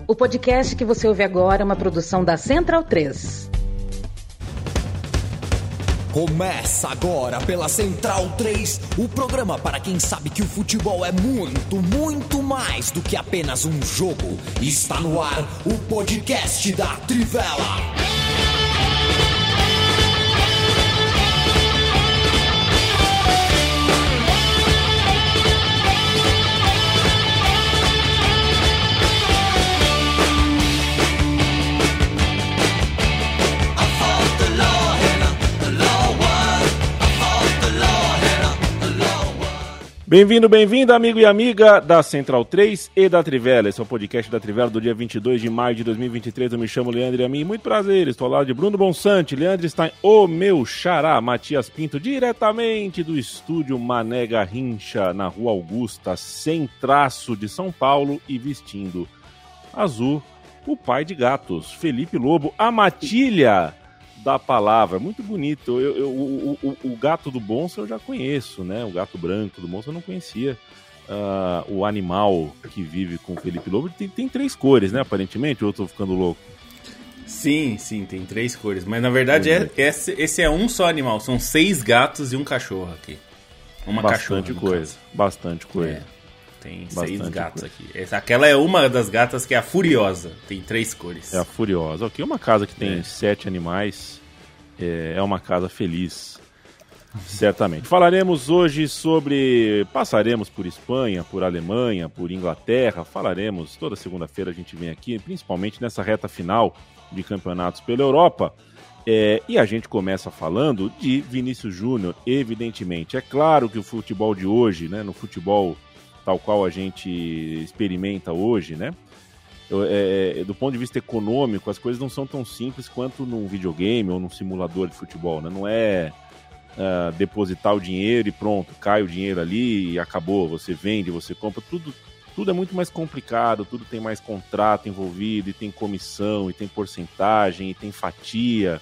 O podcast que você ouve agora é uma produção da Central 3. Começa agora pela Central 3, o programa para quem sabe que o futebol é muito, muito mais do que apenas um jogo. Está no ar o podcast da Trivela. Bem-vindo, bem-vinda, amigo e amiga da Central 3 e da Trivela. Esse é o podcast da Trivela do dia 22 de maio de 2023. Eu me chamo Leandro e a mim, muito prazer. Estou ao lado de Bruno Bonsante, Leandro Stein, o meu xará, Matias Pinto, diretamente do estúdio Mané Garrincha, na Rua Augusta, sem traço de São Paulo e vestindo azul, o pai de gatos, Felipe Lobo, a matilha da palavra, muito bonito. O gato do Bonsa eu já conheço, né? O gato branco do Bonsa eu não conhecia. O animal que vive com o Felipe Lobo tem três cores, né? Aparentemente, ou eu tô ficando louco? Sim, tem três cores. Mas na verdade esse é um só animal. São 6 gatos e um cachorro aqui. Uma bastante cachorra. Coisa. Bastante coisa. Tem bastante 6 gatos coisa. aqui. Aquela é uma das gatas que é a Furiosa. Tem 3 cores. É a Furiosa. Ok, uma casa que tem 7 animais é uma casa feliz. Certamente. Falaremos hoje passaremos por Espanha, por Alemanha, por Inglaterra. Falaremos, toda segunda-feira a gente vem aqui, principalmente nessa reta final de campeonatos pela Europa. E a gente começa falando de Vinícius Júnior, evidentemente. É claro que o futebol de hoje, né, no futebol tal qual a gente experimenta hoje, né? Do ponto de vista econômico, as coisas não são tão simples quanto num videogame ou num simulador de futebol, né? Não é depositar o dinheiro e pronto, cai o dinheiro ali e acabou, você vende, você compra, tudo é muito mais complicado, tudo tem mais contrato envolvido, e tem comissão, e tem porcentagem, e tem fatia.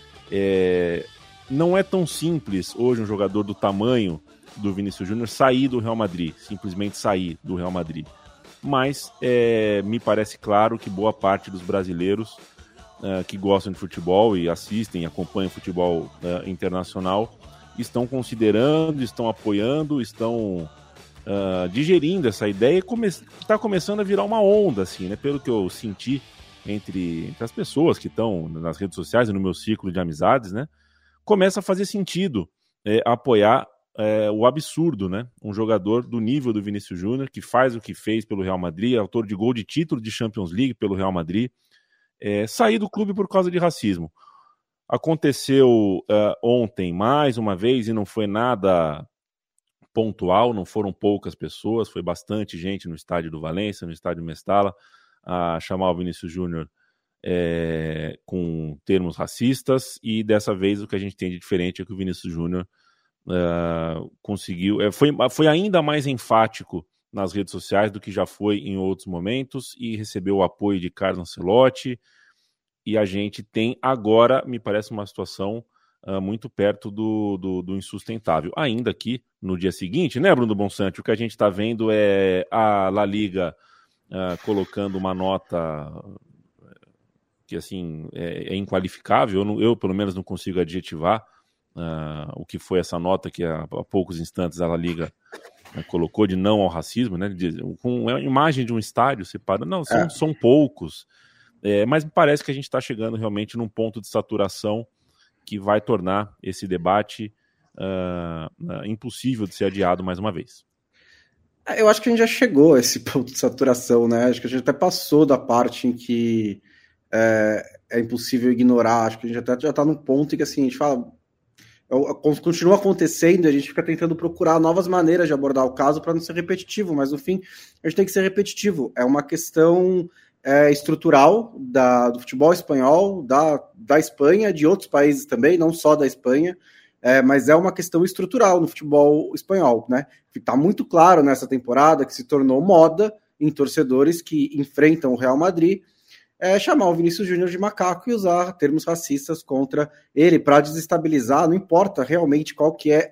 Não é tão simples hoje um jogador do tamanho do Vinícius Júnior sair do Real Madrid, simplesmente sair do Real Madrid. Mas me parece claro que boa parte dos brasileiros que gostam de futebol e assistem e acompanham futebol internacional estão considerando, estão apoiando, estão digerindo essa ideia e está começando a virar uma onda, assim, né? Pelo que eu senti entre as pessoas que estão nas redes sociais e no meu ciclo de amizades, né? Começa a fazer sentido apoiar o absurdo, né? Um jogador do nível do Vinícius Júnior, que faz o que fez pelo Real Madrid, autor de gol de título de Champions League pelo Real Madrid, sair do clube por causa de racismo. Aconteceu ontem, mais uma vez, e não foi nada pontual, não foram poucas pessoas, foi bastante gente no estádio do Valência, no estádio Mestalla, a chamar o Vinícius Júnior com termos racistas, e dessa vez o que a gente tem de diferente é que o Vinícius Júnior conseguiu, foi ainda mais enfático nas redes sociais do que já foi em outros momentos e recebeu o apoio de Carlo Ancelotti, e a gente tem agora, me parece, uma situação muito perto do insustentável. Ainda que no dia seguinte, né, Bruno Bonsante, o que a gente está vendo é a La Liga colocando uma nota que assim é inqualificável. Eu pelo menos não consigo adjetivar o que foi essa nota que há poucos instantes a La Liga colocou de não ao racismo, né? Com a imagem de um estádio separado. Não, são poucos. Mas me parece que a gente está chegando realmente num ponto de saturação que vai tornar esse debate impossível de ser adiado mais uma vez. Eu acho que a gente já chegou a esse ponto de saturação, né? Acho que a gente até passou da parte em que é impossível ignorar. Acho que a gente já está num ponto em que assim, a gente fala... continua acontecendo e a gente fica tentando procurar novas maneiras de abordar o caso para não ser repetitivo, mas no fim a gente tem que ser repetitivo. É uma questão estrutural do futebol espanhol, da Espanha, de outros países também, não só da Espanha, mas é uma questão estrutural no futebol espanhol, né? Está muito claro nessa temporada que se tornou moda em torcedores que enfrentam o Real Madrid chamar o Vinícius Júnior de macaco e usar termos racistas contra ele para desestabilizar, não importa realmente qual que é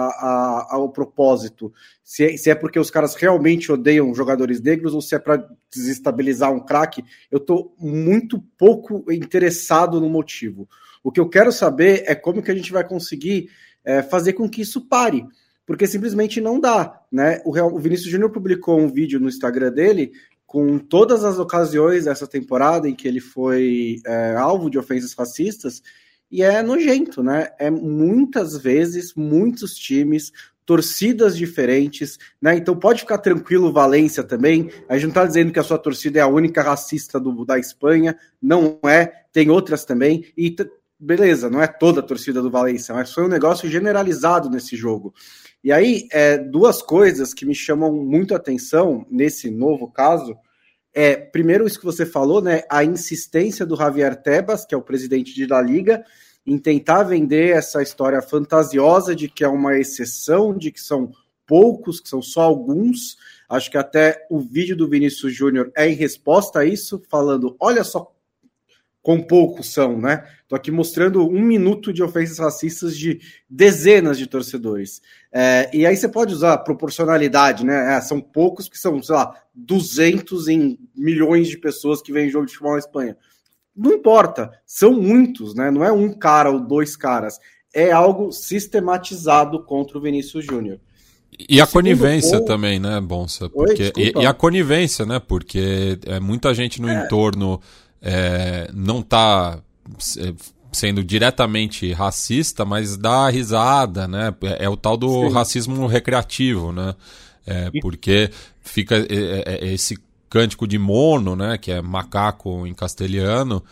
o propósito, se é porque os caras realmente odeiam jogadores negros ou se é para desestabilizar um craque, eu estou muito pouco interessado no motivo. O que eu quero saber é como que a gente vai conseguir fazer com que isso pare, porque simplesmente não dá, né? O Vinícius Júnior publicou um vídeo no Instagram dele com todas as ocasiões dessa temporada em que ele foi alvo de ofensas racistas, e é nojento, né? É muitas vezes, muitos times, torcidas diferentes, né? Então pode ficar tranquilo, Valência também, a gente não está dizendo que a sua torcida é a única racista da Espanha, não é, tem outras também, e beleza, não é toda a torcida do Valência, mas foi um negócio generalizado nesse jogo. E aí, duas coisas que me chamam muito a atenção nesse novo caso primeiro, isso que você falou, né, a insistência do Javier Tebas, que é o presidente da Liga, em tentar vender essa história fantasiosa de que é uma exceção, de que são poucos, que são só alguns. Acho que até o vídeo do Vinícius Júnior é em resposta a isso, falando, olha só quão poucos são, né? Tô aqui mostrando 1 minuto de ofensas racistas de dezenas de torcedores. E aí você pode usar proporcionalidade, né? São poucos que são, sei lá, 200 em milhões de pessoas que veem jogo de futebol na Espanha. Não importa, são muitos, né? Não é um cara ou 2 caras. É algo sistematizado contra o Vinícius Júnior. E a conivência também, né, Bonsa? Porque, e a conivência, né? Porque muita gente no entorno não está sendo diretamente racista, mas dá risada, né? É o tal do racismo recreativo, né? Porque fica esse cântico de mono, né? Que é macaco em castelhano.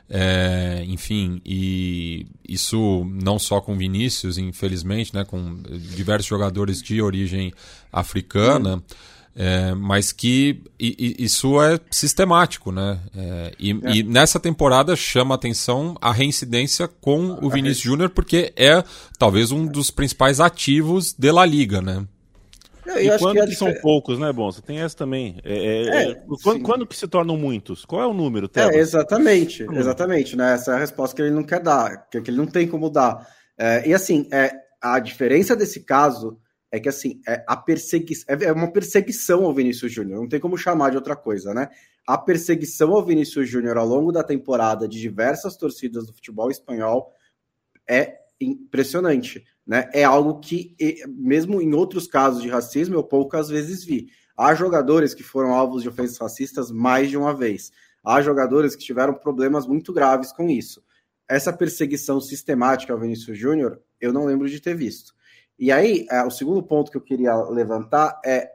Enfim, e isso não só com Vinícius, infelizmente, né? Com diversos jogadores de origem africana. Mas que isso é sistemático, né? E nessa temporada chama a atenção a reincidência com o Vinícius Júnior, porque é talvez um dos principais ativos de La Liga, né? E quando que são poucos, né, Bonsa? Tem essa também. Quando que se tornam muitos? Qual é o número, Tebas? Exatamente, né? Essa é a resposta que ele não quer dar, que ele não tem como dar. E assim, a diferença desse caso é que assim, é uma perseguição ao Vinícius Júnior, não tem como chamar de outra coisa, né? A perseguição ao Vinícius Júnior ao longo da temporada de diversas torcidas do futebol espanhol é impressionante, né? É algo que, mesmo em outros casos de racismo, eu poucas vezes vi. Há jogadores que foram alvos de ofensas racistas mais de uma vez. Há jogadores que tiveram problemas muito graves com isso. Essa perseguição sistemática ao Vinícius Júnior, eu não lembro de ter visto. E aí, o segundo ponto que eu queria levantar é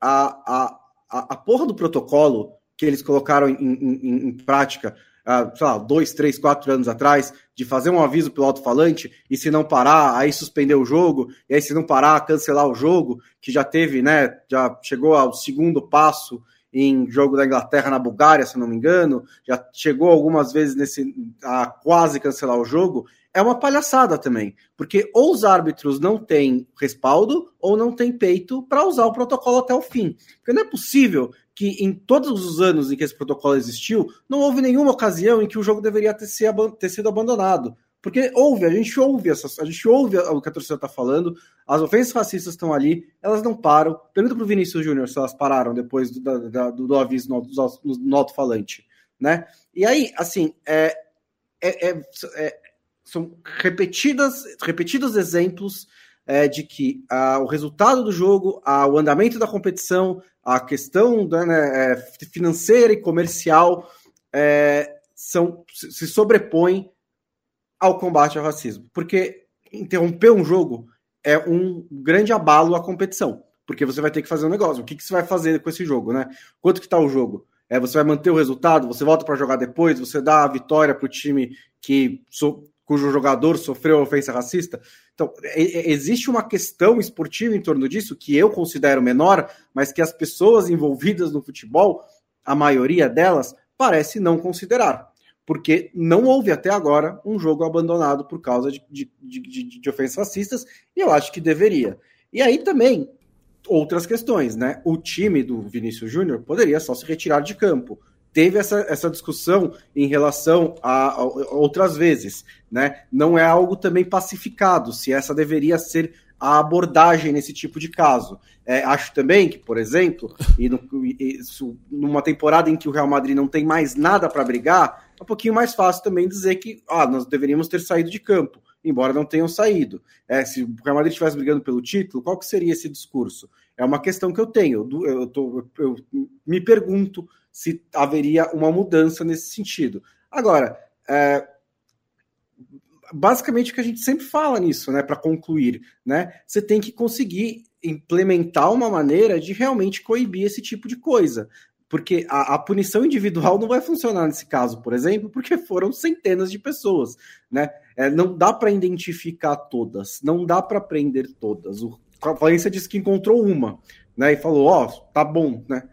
a porra do protocolo que eles colocaram em prática, sei lá, 2, 3, 4 anos atrás, de fazer um aviso pelo alto-falante e se não parar, aí suspender o jogo, e aí se não parar, cancelar o jogo, que já teve, né, já chegou ao segundo passo em jogo da Inglaterra na Bulgária, se não me engano, já chegou algumas vezes a quase cancelar o jogo. É uma palhaçada também, porque ou os árbitros não têm respaldo ou não têm peito para usar o protocolo até o fim. Porque não é possível que em todos os anos em que esse protocolo existiu, não houve nenhuma ocasião em que o jogo deveria ter sido abandonado. Porque a gente ouve o que a torcida está falando, as ofensas racistas estão ali, elas não param. Pergunta para o Vinícius Júnior se elas pararam depois do aviso no alto-falante, né? E aí, assim, são repetidos exemplos de que o resultado do jogo, o andamento da competição, a questão financeira e comercial se sobrepõem ao combate ao racismo. Porque interromper um jogo é um grande abalo à competição. Porque você vai ter que fazer um negócio. O que você vai fazer com esse jogo, né? Quanto que tá o jogo? Você vai manter o resultado? Você volta para jogar depois? Você dá a vitória para o time cujo jogador sofreu ofensa racista? Então, existe uma questão esportiva em torno disso que eu considero menor, mas que as pessoas envolvidas no futebol, a maioria delas, parece não considerar. Porque não houve até agora um jogo abandonado por causa de ofensas racistas, e eu acho que deveria. E aí também, outras questões, né? O time do Vinícius Júnior poderia só se retirar de campo. teve essa discussão em relação a outras vezes, né? Não é algo também pacificado, se essa deveria ser a abordagem nesse tipo de caso. Acho também que, por exemplo, numa temporada em que o Real Madrid não tem mais nada para brigar, é um pouquinho mais fácil também dizer que nós deveríamos ter saído de campo, embora não tenham saído. Se o Real Madrid estivesse brigando pelo título, qual que seria esse discurso? É uma questão que eu tenho. Eu me pergunto se haveria uma mudança nesse sentido. Agora, basicamente o que a gente sempre fala nisso, né, para concluir, né, você tem que conseguir implementar uma maneira de realmente coibir esse tipo de coisa, porque a punição individual não vai funcionar nesse caso, por exemplo, porque foram centenas de pessoas, né, não dá para identificar todas, não dá para prender todas. O Valência disse que encontrou uma, né, e falou, tá bom, né,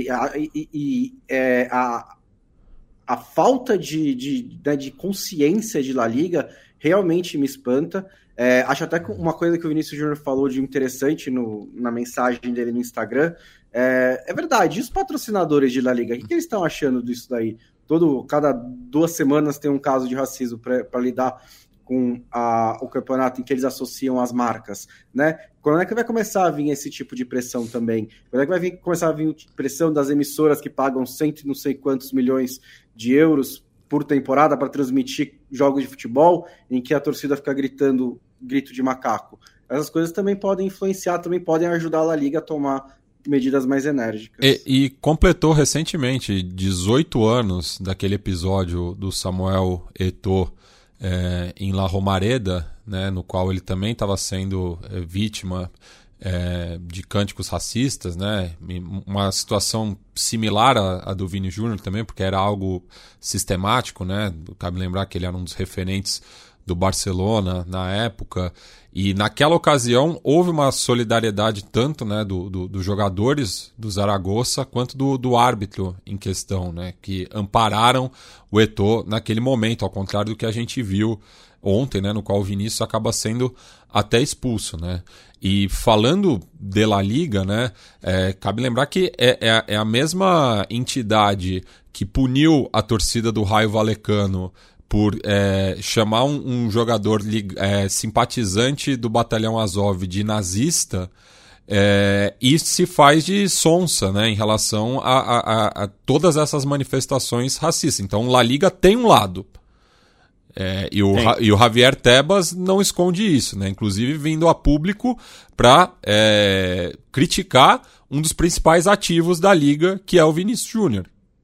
a falta de consciência de La Liga realmente me espanta. Acho até que uma coisa que o Vinícius Júnior falou de interessante na mensagem dele no Instagram, é verdade. E os patrocinadores de La Liga, o que eles estão achando disso daí? Cada 2 semanas tem um caso de racismo para lidar com o campeonato em que eles associam as marcas, né? Quando é que vai começar a vir esse tipo de pressão também? Quando é que vai começar a vir pressão das emissoras que pagam não sei quantos milhões de euros por temporada para transmitir jogos de futebol em que a torcida fica gritando grito de macaco? Essas coisas também podem influenciar, também podem ajudar a La Liga a tomar medidas mais enérgicas. E completou recentemente 18 anos daquele episódio do Samuel Eto'o em La Romareda, né, no qual ele também estava sendo vítima de cânticos racistas, né, uma situação similar à do Vini Júnior também, porque era algo sistemático, né, cabe lembrar que ele era um dos referentes do Barcelona na época, e naquela ocasião houve uma solidariedade tanto, né, dos jogadores do Zaragoza quanto do árbitro em questão, né, que ampararam o Eto'o naquele momento, ao contrário do que a gente viu ontem, né, no qual o Vinícius acaba sendo até expulso, né. E falando de La Liga, né, cabe lembrar que é a mesma entidade que puniu a torcida do Raio Vallecano por chamar um jogador simpatizante do Batalhão Azov de nazista, e se faz de sonsa, né, em relação a todas essas manifestações racistas. Então, La Liga tem um lado. E o Javier Tebas não esconde isso, né? Inclusive vindo a público para criticar um dos principais ativos da Liga, que é o Vinícius Júnior.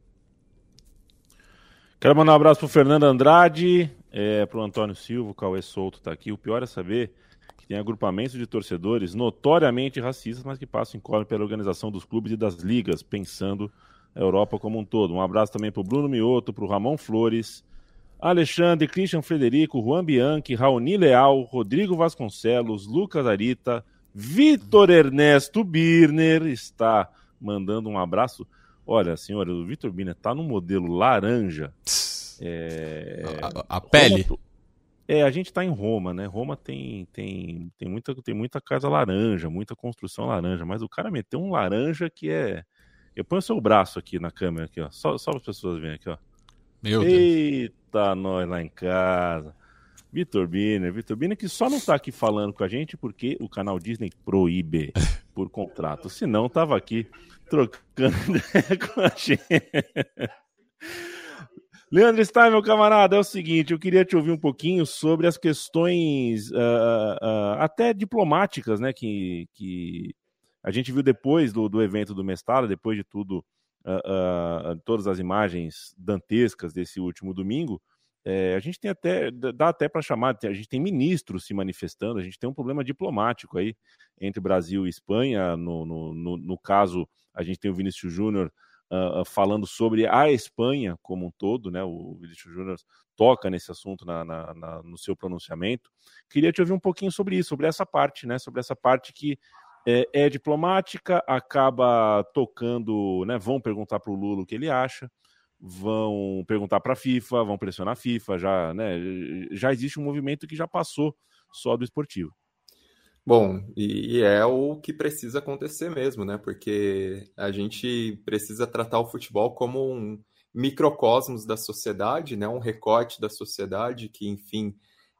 Quero mandar um abraço pro Fernando Andrade, pro Antônio Silva, o Cauê Souto tá aqui. O pior é saber que tem agrupamentos de torcedores notoriamente racistas, mas que passam incógnito pela organização dos clubes e das ligas, pensando a Europa como um todo. Um abraço também pro Bruno Mioto, pro Ramon Flores, Alexandre, Christian Frederico, Juan Bianchi, Raoni Leal, Rodrigo Vasconcelos, Lucas Arita, Vitor Ernesto Birner está mandando um abraço. Olha, senhora, o Vitor Birner está no modelo laranja. A pele? A gente está em Roma, né? Roma tem muita casa laranja, muita construção laranja, mas o cara meteu um laranja que é... Eu ponho o seu braço aqui na câmera, aqui, ó. Só para as pessoas verem aqui, ó. Meu Deus. Eita, nós lá em casa. Vitor Birner que só não tá aqui falando com a gente porque o canal Disney proíbe por contrato. Senão tava aqui trocando ideia com a gente. Leandro Stein, meu camarada, é o seguinte, eu queria te ouvir um pouquinho sobre as questões até diplomáticas, né, que a gente viu depois do evento do Mestalla, depois de tudo, todas as imagens dantescas desse último domingo. A gente tem dá até para chamar, a gente tem ministros se manifestando, a gente tem um problema diplomático aí entre Brasil e Espanha. No caso, a gente tem o Vinícius Júnior falando sobre a Espanha como um todo, né? O Vinícius Júnior toca nesse assunto no seu pronunciamento. Queria te ouvir um pouquinho sobre isso, sobre essa parte, né? Sobre essa parte que é diplomática, acaba tocando, né? Vão perguntar para o Lula o que ele acha, vão perguntar para a FIFA, vão pressionar a FIFA, já existe um movimento que já passou só do esportivo. Bom, e é o que precisa acontecer mesmo, né? Porque a gente precisa tratar o futebol como um microcosmos da sociedade, né? Um recorte da sociedade que, enfim,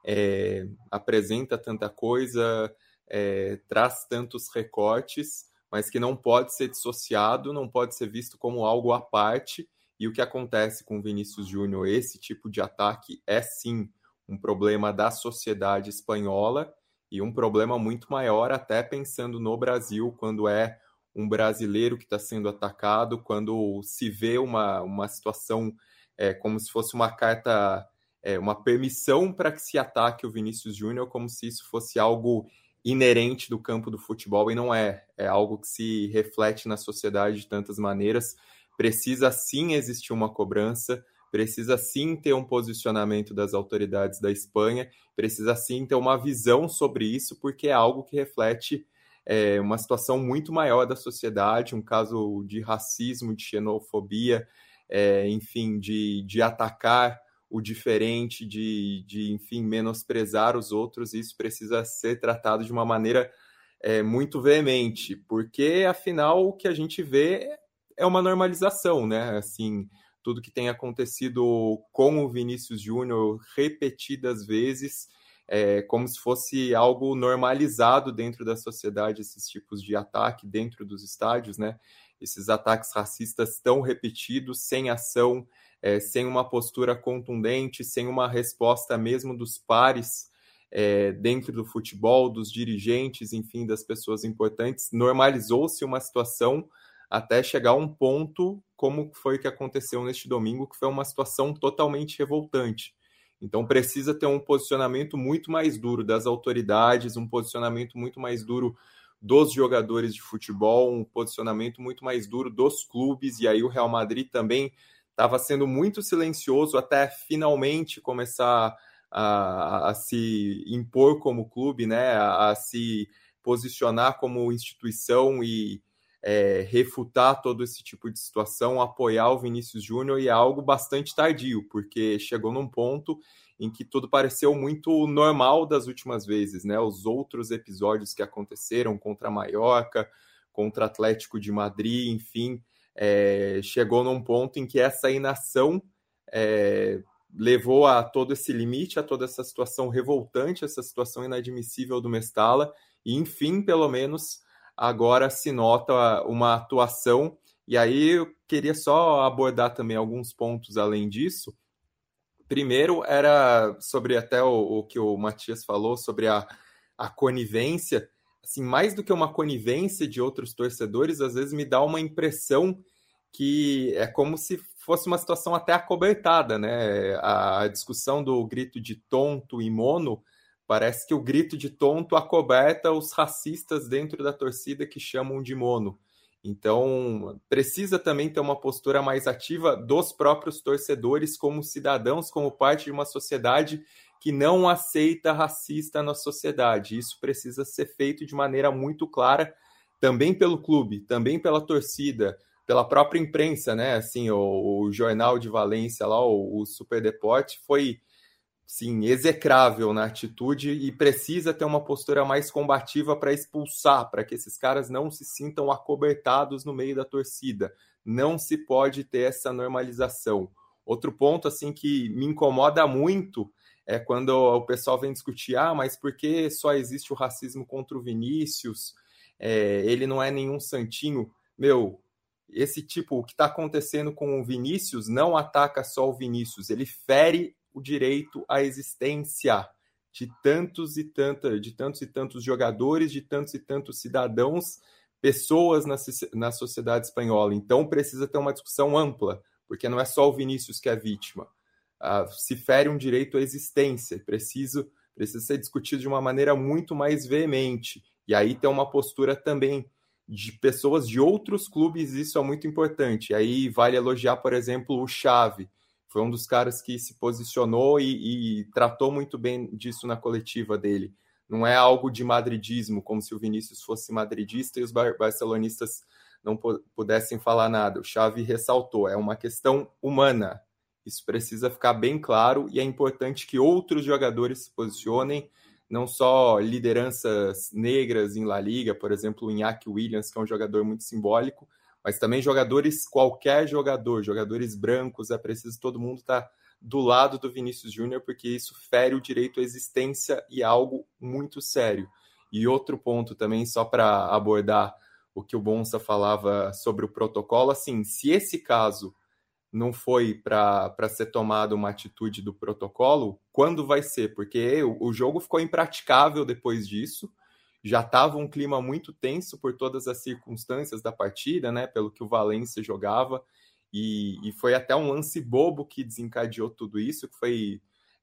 apresenta tanta coisa, traz tantos recortes, mas que não pode ser dissociado, não pode ser visto como algo à parte. E o que acontece com o Vinícius Júnior, esse tipo de ataque, é sim um problema da sociedade espanhola e um problema muito maior, até pensando no Brasil, quando é um brasileiro que está sendo atacado, quando se vê uma situação como se fosse uma carta, uma permissão para que se ataque o Vinícius Júnior, como se isso fosse algo inerente do campo do futebol, e não é. É algo que se reflete na sociedade de tantas maneiras. Precisa sim existir uma cobrança, precisa sim ter um posicionamento das autoridades da Espanha, precisa sim ter uma visão sobre isso, porque é algo que reflete uma situação muito maior da sociedade, um caso de racismo, de xenofobia, enfim, de atacar o diferente, enfim, menosprezar os outros. Isso precisa ser tratado de uma maneira muito veemente, porque, afinal, o que a gente vê é uma normalização, né? Assim, tudo que tem acontecido com o Vinícius Júnior repetidas vezes, como se fosse algo normalizado dentro da sociedade, esses tipos de ataque dentro dos estádios, né? Esses ataques racistas tão repetidos, sem ação, sem uma postura contundente, sem uma resposta mesmo dos pares dentro do futebol, dos dirigentes, enfim, das pessoas importantes. Normalizou-se uma situação até chegar a um ponto, como foi que aconteceu neste domingo, que foi uma situação totalmente revoltante. Então precisa ter um posicionamento muito mais duro das autoridades, um posicionamento muito mais duro dos jogadores de futebol, um posicionamento muito mais duro dos clubes, e aí o Real Madrid também estava sendo muito silencioso até finalmente começar a se impor como clube, né? A se posicionar como instituição e refutar todo esse tipo de situação, apoiar o Vinícius Júnior, e é algo bastante tardio, porque chegou num ponto em que tudo pareceu muito normal das últimas vezes, né? Os outros episódios que aconteceram contra a Mallorca, contra o Atlético de Madrid, enfim, chegou num ponto em que essa inação levou a todo esse limite, a toda essa situação revoltante, essa situação inadmissível do Mestalla, e enfim, pelo menos, agora se nota uma atuação. E aí eu queria só abordar também alguns pontos além disso. Primeiro era sobre até o que o Matias falou, sobre a conivência. Assim, mais do que uma conivência de outros torcedores, às vezes me dá uma impressão que é como se fosse uma situação até acobertada, né? A discussão do grito de tonto e mono, parece que o grito de tonto acoberta os racistas dentro da torcida que chamam de mono. Então, precisa também ter uma postura mais ativa dos próprios torcedores como cidadãos, como parte de uma sociedade que não aceita racista na sociedade. Isso precisa ser feito de maneira muito clara, também pelo clube, também pela torcida, pela própria imprensa, né? Assim, o Jornal de Valência lá, o Super Deporte, foi, sim, execrável na atitude e precisa ter uma postura mais combativa para expulsar, para que esses caras não se sintam acobertados no meio da torcida. Não se pode ter essa normalização. Outro ponto, assim, que me incomoda muito é quando o pessoal vem discutir, mas por que só existe o racismo contra o Vinícius? Ele não é nenhum santinho. Meu, o que está acontecendo com o Vinícius não ataca só o Vinícius, ele fere o direito à existência de tantos e tantos jogadores, de tantos e tantos cidadãos, pessoas na sociedade espanhola. Então precisa ter uma discussão ampla, porque não é só o Vinícius que é vítima. Se fere um direito à existência, precisa ser discutido de uma maneira muito mais veemente. E aí tem uma postura também de pessoas de outros clubes, isso é muito importante. E aí vale elogiar, por exemplo, o Xavi. Foi um dos caras que se posicionou e tratou muito bem disso na coletiva dele. Não é algo de madridismo, como se o Vinícius fosse madridista e os barcelonistas não pudessem falar nada. O Xavi ressaltou, é uma questão humana. Isso precisa ficar bem claro e é importante que outros jogadores se posicionem, não só lideranças negras em La Liga, por exemplo, o Iñaki Williams, que é um jogador muito simbólico, mas também jogadores, qualquer jogador, jogadores brancos, é preciso todo mundo estar do lado do Vinícius Júnior, porque isso fere o direito à existência e é algo muito sério. E outro ponto também, só para abordar o que o Bonsa falava sobre o protocolo, assim, se esse caso não foi para ser tomada uma atitude do protocolo, quando vai ser? Porque o jogo ficou impraticável depois disso, já estava um clima muito tenso por todas as circunstâncias da partida, né, pelo que o Valência jogava, e foi até um lance bobo que desencadeou tudo isso, que foi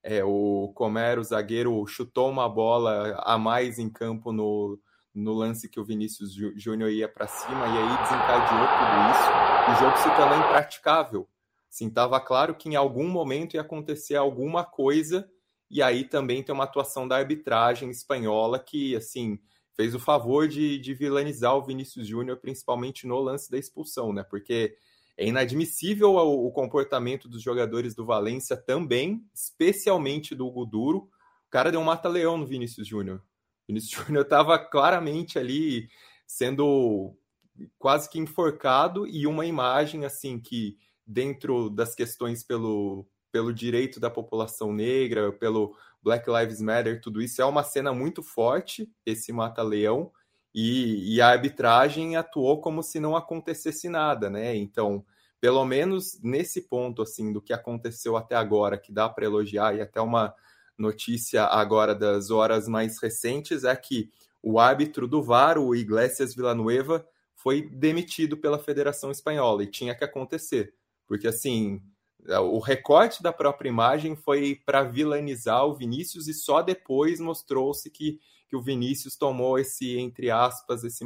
o Comer, o zagueiro, chutou uma bola a mais em campo no lance que o Vinícius Júnior ia para cima, e aí desencadeou tudo isso, o jogo se tornou impraticável. Assim, estava claro que em algum momento ia acontecer alguma coisa, e aí também tem uma atuação da arbitragem espanhola que, assim, fez o favor de vilanizar o Vinícius Júnior, principalmente no lance da expulsão, né? Porque é inadmissível o comportamento dos jogadores do Valência também, especialmente do Hugo Duro. O cara deu um mata-leão no Vinícius Júnior. O Vinícius Júnior estava claramente ali sendo quase que enforcado, e uma imagem assim que, dentro das questões pelo direito da população negra, pelo Black Lives Matter, tudo isso é uma cena muito forte, esse mata-leão, e a arbitragem atuou como se não acontecesse nada, né? Então, pelo menos nesse ponto, assim, do que aconteceu até agora, que dá para elogiar, e até uma notícia agora das horas mais recentes, é que o árbitro do VAR, o Iglesias Villanueva, foi demitido pela Federação Espanhola, e tinha que acontecer, porque, assim, o recorte da própria imagem foi para vilanizar o Vinícius, e só depois mostrou-se que o Vinícius tomou esse, entre aspas, esse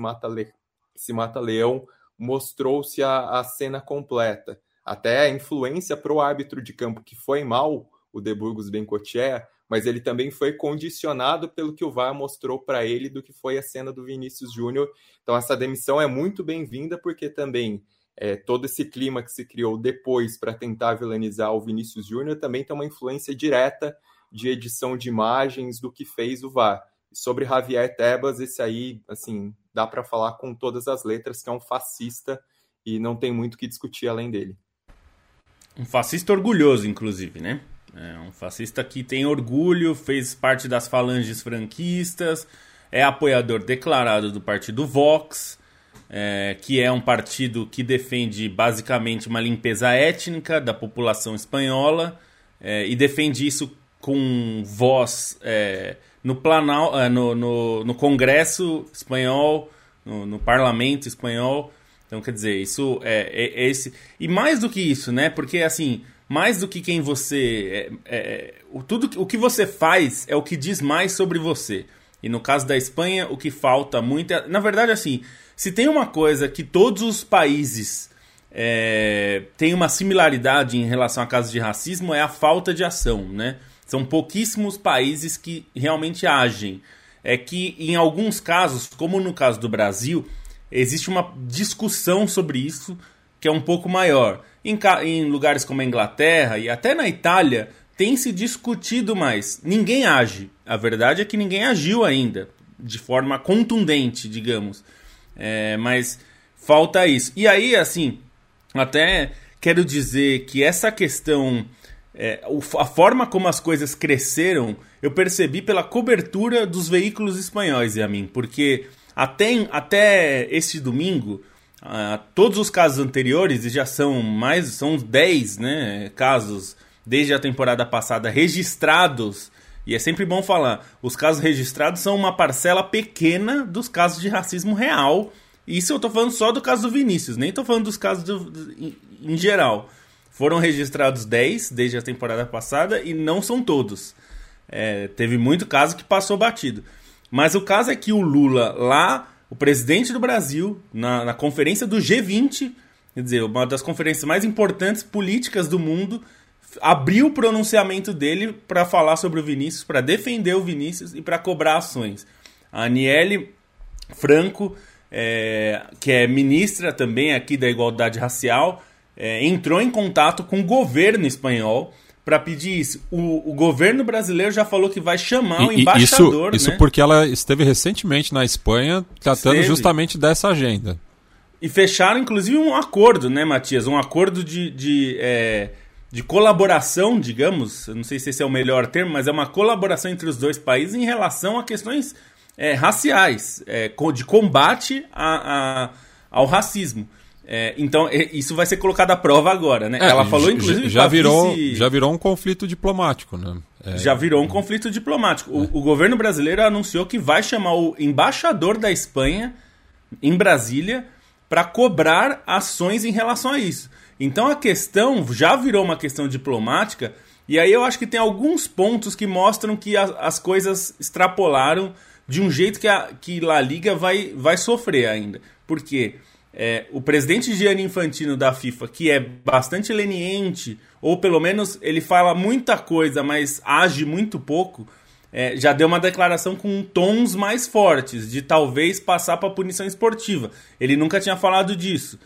mata-leão, mostrou-se a cena completa. Até a influência para o árbitro de campo, que foi mal, o De Burgos Bengoechea, mas ele também foi condicionado pelo que o VAR mostrou para ele do que foi a cena do Vinícius Júnior. Então essa demissão é muito bem-vinda, porque também todo esse clima que se criou depois para tentar vilanizar o Vinícius Júnior também tem uma influência direta de edição de imagens do que fez o VAR. Sobre Javier Tebas, esse aí, assim, dá para falar com todas as letras que é um fascista e não tem muito o que discutir além dele. Um fascista orgulhoso, inclusive, né? É um fascista que tem orgulho, fez parte das falanges franquistas, é apoiador declarado do partido Vox, que é um partido que defende basicamente uma limpeza étnica da população espanhola, e defende isso com voz no Congresso espanhol, no Parlamento espanhol. Então, quer dizer, isso é esse... E mais do que isso, né? Porque, assim, mais do que quem você... o que você faz é o que diz mais sobre você. E no caso da Espanha, o que falta muito... Na verdade, assim, se tem uma coisa que todos os países têm uma similaridade em relação a casos de racismo, é a falta de ação, né? São pouquíssimos países que realmente agem. É que, em alguns casos, como no caso do Brasil, existe uma discussão sobre isso que é um pouco maior. Em lugares como a Inglaterra e até na Itália, tem se discutido mais. Ninguém age. A verdade é que ninguém agiu ainda, de forma contundente, digamos. Mas falta isso. E aí, assim, até quero dizer que essa questão... a forma como as coisas cresceram, eu percebi pela cobertura dos veículos espanhóis, Yamin, porque até este domingo, todos os casos anteriores, e já são 10, né, casos desde a temporada passada registrados, e é sempre bom falar, os casos registrados são uma parcela pequena dos casos de racismo real. Isso eu tô falando só do caso do Vinícius, nem tô falando dos casos em geral. Foram registrados 10 desde a temporada passada e não são todos. Teve muito caso que passou batido. Mas o caso é que o Lula lá, o presidente do Brasil, na conferência do G20, quer dizer, uma das conferências mais importantes políticas do mundo, abriu o pronunciamento dele para falar sobre o Vinícius, para defender o Vinícius e para cobrar ações. A Aniele Franco, que é ministra também aqui da Igualdade Racial, entrou em contato com o governo espanhol para pedir isso. O governo brasileiro já falou que vai chamar o embaixador. Isso, né? Porque ela esteve recentemente na Espanha tratando justamente dessa agenda. E fecharam, inclusive, um acordo, né, Matias? Um acordo de colaboração, digamos, eu não sei se esse é o melhor termo, mas é uma colaboração entre os dois países em relação a questões raciais, de combate ao racismo. Então, isso vai ser colocado à prova agora, né? Ela falou, inclusive... Já virou um conflito diplomático, né? Já virou um conflito diplomático. O governo brasileiro anunciou que vai chamar o embaixador da Espanha em Brasília para cobrar ações em relação a isso. Então a questão já virou uma questão diplomática, e aí eu acho que tem alguns pontos que mostram que as coisas extrapolaram de um jeito que La Liga vai sofrer ainda. Porque o presidente Gianni Infantino da FIFA, que é bastante leniente, ou pelo menos ele fala muita coisa, mas age muito pouco, já deu uma declaração com tons mais fortes, de talvez passar para punição esportiva. Ele nunca tinha falado disso.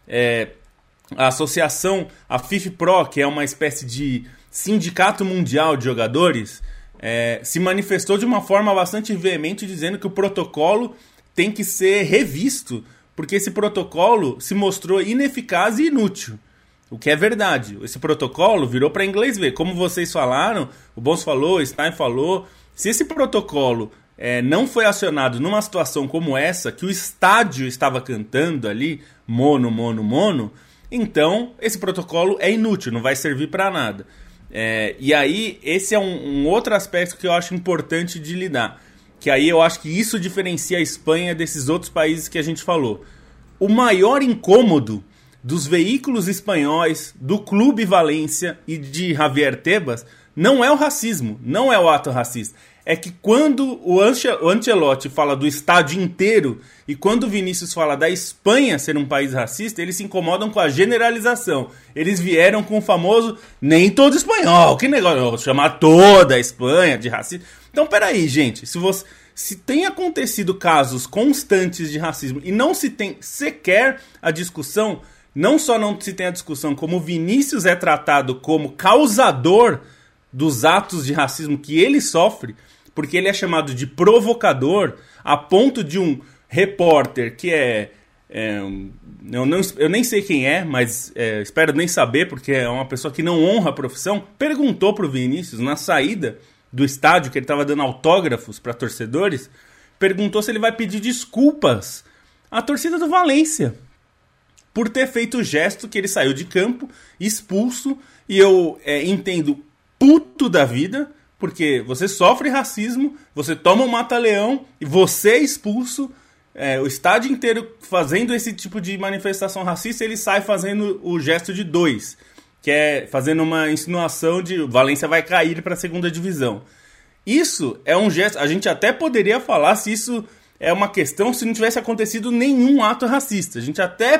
A associação, a FIFPro, que é uma espécie de sindicato mundial de jogadores, se manifestou de uma forma bastante veemente, dizendo que o protocolo tem que ser revisto, porque esse protocolo se mostrou ineficaz e inútil. O que é verdade. Esse protocolo virou para inglês ver. Como vocês falaram, o Bons falou, o Stein falou, se esse protocolo não foi acionado numa situação como essa, que o estádio estava cantando ali, mono, mono, mono, então esse protocolo é inútil, não vai servir para nada. E aí, esse é um outro aspecto que eu acho importante de lidar. Que aí eu acho que isso diferencia a Espanha desses outros países que a gente falou. O maior incômodo dos veículos espanhóis, do Clube Valência e de Javier Tebas, não é o racismo, não é o ato racista. É que quando o Ancelotti fala do estádio inteiro e quando o Vinícius fala da Espanha ser um país racista, eles se incomodam com a generalização. Eles vieram com o famoso nem todo espanhol, que negócio, chamar toda a Espanha de racista. Então, peraí, gente, se tem acontecido casos constantes de racismo e não se tem sequer a discussão, não só não se tem a discussão como o Vinícius é tratado como causador dos atos de racismo que ele sofre, porque ele é chamado de provocador, a ponto de um repórter que eu nem sei quem é, mas espero nem saber, porque é uma pessoa que não honra a profissão, perguntou pro Vinícius na saída do estádio, que ele estava dando autógrafos para torcedores, perguntou se ele vai pedir desculpas à torcida do Valência por ter feito o gesto que ele saiu de campo, expulso, e eu entendo puto da vida, porque você sofre racismo, você toma um mata-leão e você é expulso, o estádio inteiro fazendo esse tipo de manifestação racista, ele sai fazendo o gesto de 2, que é fazendo uma insinuação de Valência vai cair para a segunda divisão. Isso é um gesto, a gente até poderia falar se isso é uma questão, se não tivesse acontecido nenhum ato racista. A gente até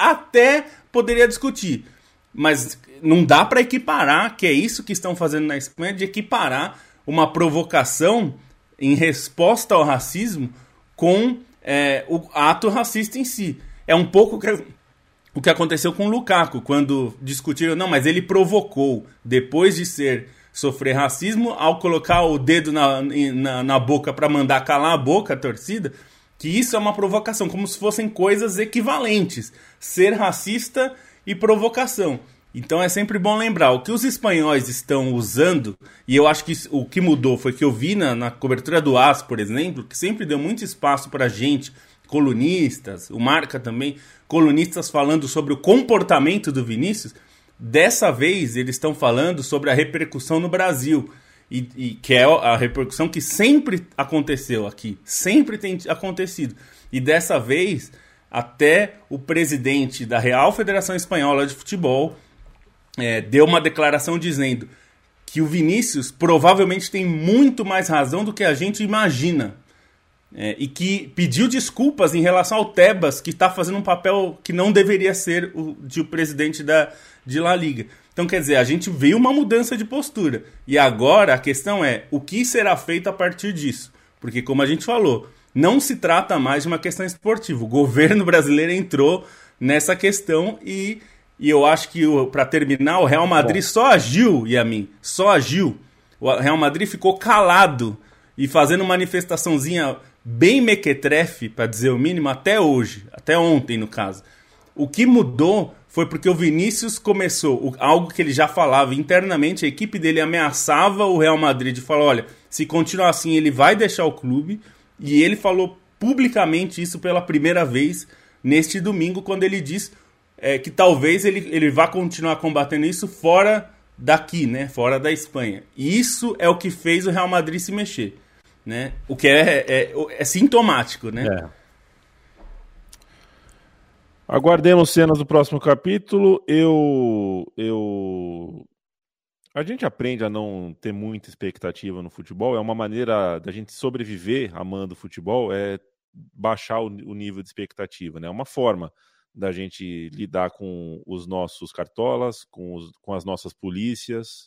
poderia discutir, mas não dá para equiparar, que é isso que estão fazendo na Espanha, de equiparar uma provocação em resposta ao racismo com o ato racista em si. É um pouco o que aconteceu com o Lukaku, quando discutiram, não, mas ele provocou, depois de sofrer racismo, ao colocar o dedo na boca para mandar calar a boca, a torcida, que isso é uma provocação, como se fossem coisas equivalentes, ser racista e provocação. Então é sempre bom lembrar, o que os espanhóis estão usando, e eu acho que o que mudou foi que eu vi na cobertura do AS, por exemplo, que sempre deu muito espaço para gente, colunistas, o Marca também, colunistas falando sobre o comportamento do Vinícius. Dessa vez eles estão falando sobre a repercussão no Brasil, e que é a repercussão que sempre aconteceu aqui, sempre tem acontecido. E dessa vez, até o presidente da Real Federação Espanhola de Futebol deu uma declaração dizendo que o Vinícius provavelmente tem muito mais razão do que a gente imagina. E que pediu desculpas em relação ao Tebas, que está fazendo um papel que não deveria ser o presidente de La Liga. Então, quer dizer, a gente viu uma mudança de postura. E agora a questão é, o que será feito a partir disso? Porque, como a gente falou, não se trata mais de uma questão esportiva. O governo brasileiro entrou nessa questão e eu acho que, para terminar, o Real Madrid só agiu, Yamin, só agiu. O Real Madrid ficou calado e fazendo manifestaçãozinha bem mequetrefe, para dizer o mínimo, até hoje, até ontem no caso. O que mudou foi porque o Vinícius começou, algo que ele já falava internamente, a equipe dele ameaçava o Real Madrid, falou, olha, se continuar assim ele vai deixar o clube, e ele falou publicamente isso pela primeira vez neste domingo, quando ele diz que talvez ele vá continuar combatendo isso fora daqui, né, fora da Espanha. E isso é o que fez o Real Madrid se mexer, né, o que é sintomático, né. Aguardemos cenas do próximo capítulo. A gente aprende a não ter muita expectativa no futebol. É uma maneira da gente sobreviver amando o futebol, é baixar o nível de expectativa, né? É uma forma da gente lidar com os nossos cartolas, com as nossas polícias,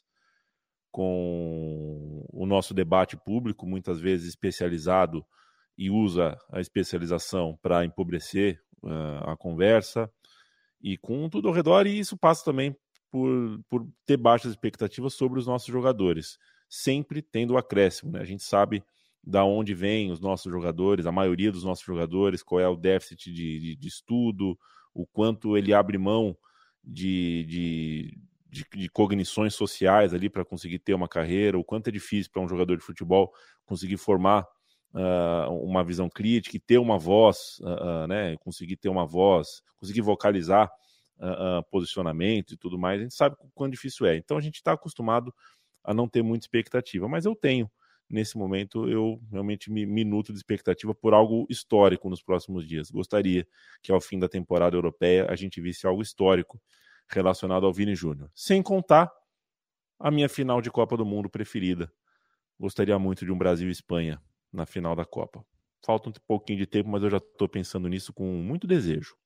com o nosso debate público, muitas vezes especializado, e usa a especialização para empobrecer a conversa, e com tudo ao redor, e isso passa também por ter baixas expectativas sobre os nossos jogadores, sempre tendo o acréscimo, né? A gente sabe da onde vêm os nossos jogadores, a maioria dos nossos jogadores, qual é o déficit de estudo, o quanto ele abre mão de cognições sociais ali para conseguir ter uma carreira, o quanto é difícil para um jogador de futebol conseguir formar uma visão crítica e ter uma voz, né, conseguir ter uma voz, conseguir vocalizar posicionamento e tudo mais. A gente sabe o quão difícil é. Então a gente está acostumado a não ter muita expectativa, mas eu tenho, nesse momento, eu realmente me nutro de expectativa por algo histórico nos próximos dias. Gostaria que ao fim da temporada europeia a gente visse algo histórico relacionado ao Vini Júnior. Sem contar a minha final de Copa do Mundo preferida. Gostaria muito de um Brasil e Espanha na final da Copa. Falta um pouquinho de tempo, mas eu já estou pensando nisso com muito desejo.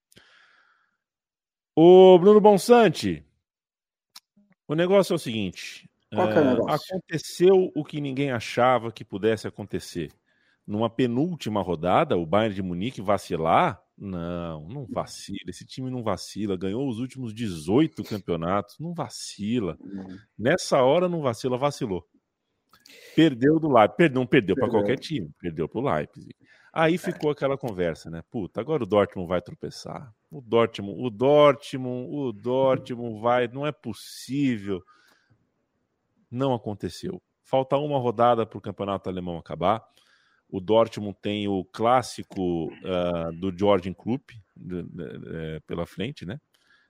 Ô Bruno Bonsante, o negócio é o seguinte. Qual que é o negócio? Aconteceu o que ninguém achava que pudesse acontecer. Numa penúltima rodada, o Bayern de Munique vacilar? Não vacila. Esse time não vacila. Ganhou os últimos 18 campeonatos. Não vacila. Nessa hora não vacila, vacilou. Perdeu do Leipzig. Não perdeu para qualquer time. Perdeu para o Leipzig. Aí ficou aquela conversa, né? Puta, agora o Dortmund vai tropeçar. O Dortmund vai... Não é possível. Não aconteceu. Falta uma rodada para o campeonato alemão acabar. O Dortmund tem o clássico do Jürgen Klopp pela frente, né?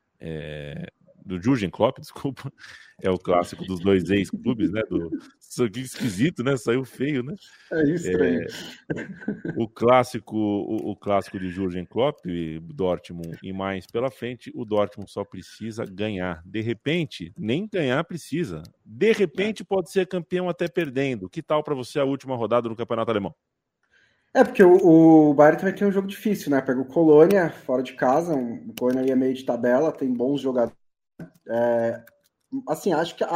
Do Jürgen Klopp, desculpa. É o clássico dos dois ex-clubes, né? Que esquisito, né? Saiu feio, né? É estranho. O clássico de Jürgen Klopp, Dortmund e mais pela frente, o Dortmund só precisa ganhar. De repente, nem ganhar precisa. De repente, pode ser campeão até perdendo. Que tal para você a última rodada no Campeonato Alemão? Porque o Bayern também tem um jogo difícil, né? Pega o Colônia fora de casa, o Colônia aí é meio de tabela, tem bons jogadores. Assim, acho que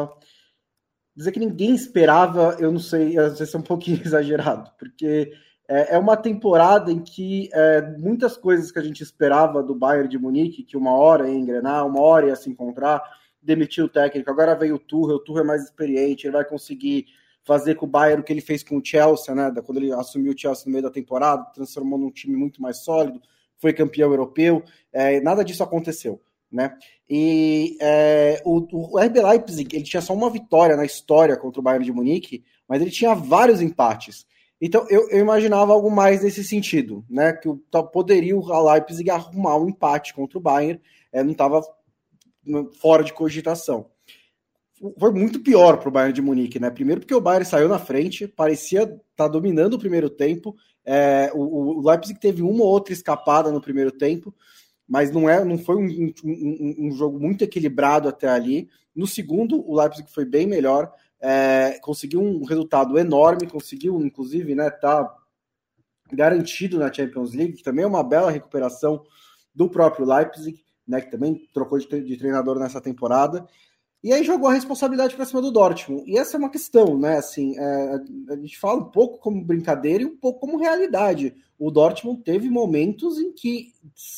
dizer que ninguém esperava, eu não sei, às vezes é um pouquinho exagerado, porque é uma temporada em que muitas coisas que a gente esperava do Bayern de Munique, que uma hora ia engrenar, uma hora ia se encontrar, demitiu o técnico, agora veio o Tuchel é mais experiente, ele vai conseguir fazer com o Bayern o que ele fez com o Chelsea, né? Quando ele assumiu o Chelsea no meio da temporada, transformou num time muito mais sólido, foi campeão europeu, nada disso aconteceu, né? E o RB Leipzig, ele tinha só uma vitória na história contra o Bayern de Munique, mas ele tinha vários empates. Então eu imaginava algo mais nesse sentido, né? Que poderia o Leipzig arrumar um empate contra o Bayern, não estava fora de cogitação. Foi muito pior para o Bayern de Munique, né? Primeiro porque o Bayern saiu na frente, parecia estar dominando o primeiro tempo. O Leipzig teve uma ou outra escapada no primeiro tempo, mas não foi um jogo muito equilibrado até ali. No segundo, o Leipzig foi bem melhor, conseguiu um resultado enorme, conseguiu, inclusive, né, tá garantido na Champions League, que também é uma bela recuperação do próprio Leipzig, né, que também trocou de treinador nessa temporada. E aí jogou a responsabilidade para cima do Dortmund. E essa é uma questão, né? Assim, a gente fala um pouco como brincadeira e um pouco como realidade. O Dortmund teve momentos em que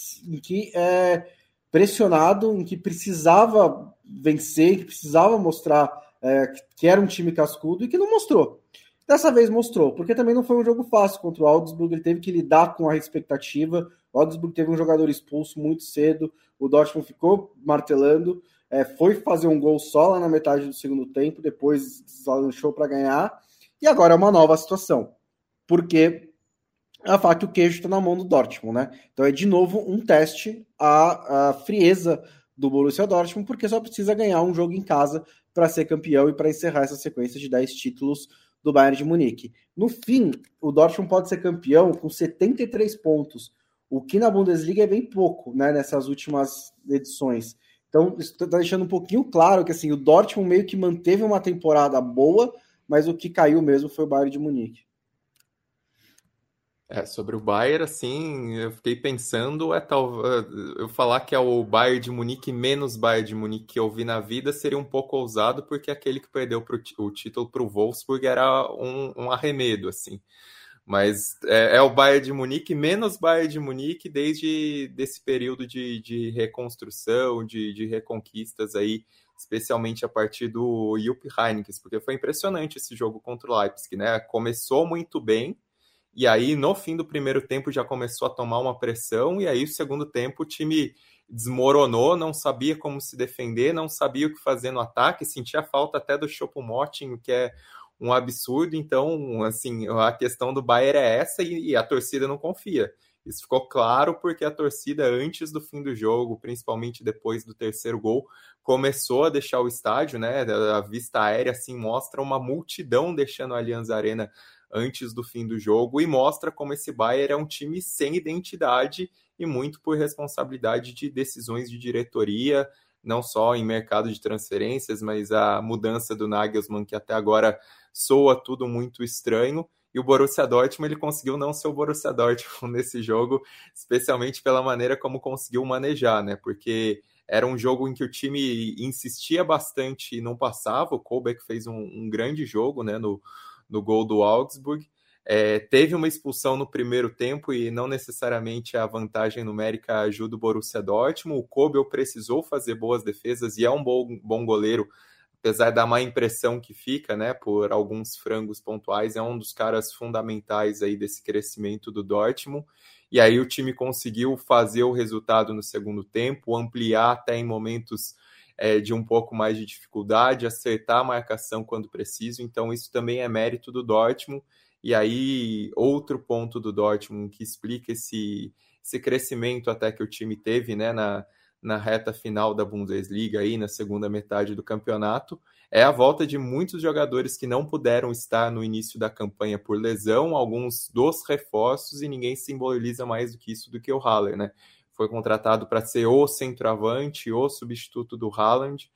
pressionado, em que precisava vencer, que precisava mostrar que era um time cascudo e que não mostrou. Dessa vez mostrou, porque também não foi um jogo fácil contra o Augsburg, ele teve que lidar com a expectativa. O Augsburg teve um jogador expulso muito cedo, o Dortmund ficou martelando, foi fazer um gol só lá na metade do segundo tempo, depois deslanchou para ganhar, e agora é uma nova situação, porque a faca e o queijo está na mão do Dortmund, né? Então é de novo um teste à frieza do Borussia Dortmund, porque só precisa ganhar um jogo em casa para ser campeão e para encerrar essa sequência de 10 títulos do Bayern de Munique. No fim, o Dortmund pode ser campeão com 73 pontos, o que na Bundesliga é bem pouco, né, nessas últimas edições. Então, isso está deixando um pouquinho claro que assim, o Dortmund meio que manteve uma temporada boa, mas o que caiu mesmo foi o Bayern de Munique. Sobre o Bayern, assim, eu fiquei pensando, eu falar que é o Bayern de Munique menos Bayern de Munique que eu vi na vida seria um pouco ousado, porque aquele que perdeu o título para o Wolfsburg era um arremedo, assim. Mas é o Bayern de Munique menos Bayern de Munique desde desse período de reconstrução, de reconquistas aí, especialmente a partir do Jupp Heynckes, porque foi impressionante esse jogo contra o Leipzig, né? Começou muito bem, e aí, no fim do primeiro tempo, já começou a tomar uma pressão, e aí, no segundo tempo, o time desmoronou, não sabia como se defender, não sabia o que fazer no ataque, sentia falta até do Choupo-Moting, que é um absurdo. Então, assim, a questão do Bayern é essa, e a torcida não confia. Isso ficou claro porque a torcida, antes do fim do jogo, principalmente depois do terceiro gol, começou a deixar o estádio, né? A vista aérea, assim, mostra uma multidão deixando a Allianz Arena antes do fim do jogo, e mostra como esse Bayern é um time sem identidade e muito por responsabilidade de decisões de diretoria, não só em mercado de transferências, mas a mudança do Nagelsmann, que até agora soa tudo muito estranho, e o Borussia Dortmund, ele conseguiu não ser o Borussia Dortmund nesse jogo, especialmente pela maneira como conseguiu manejar, né? Porque era um jogo em que o time insistia bastante e não passava. O Kohlbeck fez um grande jogo, né, no gol do Augsburg. Teve uma expulsão no primeiro tempo e não necessariamente a vantagem numérica ajuda o Borussia Dortmund. O Kobel precisou fazer boas defesas e é um bom goleiro, apesar da má impressão que fica, né, por alguns frangos pontuais. É um dos caras fundamentais aí desse crescimento do Dortmund. E aí o time conseguiu fazer o resultado no segundo tempo, ampliar até em momentos de um pouco mais de dificuldade, acertar a marcação quando preciso. Então isso também é mérito do Dortmund. E aí outro ponto do Dortmund que explica esse crescimento até que o time teve, né, na reta final da Bundesliga, aí, na segunda metade do campeonato, é a volta de muitos jogadores que não puderam estar no início da campanha por lesão, alguns dos reforços, e ninguém simboliza mais do que isso do que o Haller, né? Foi contratado para ser o centroavante, o substituto do Haaland.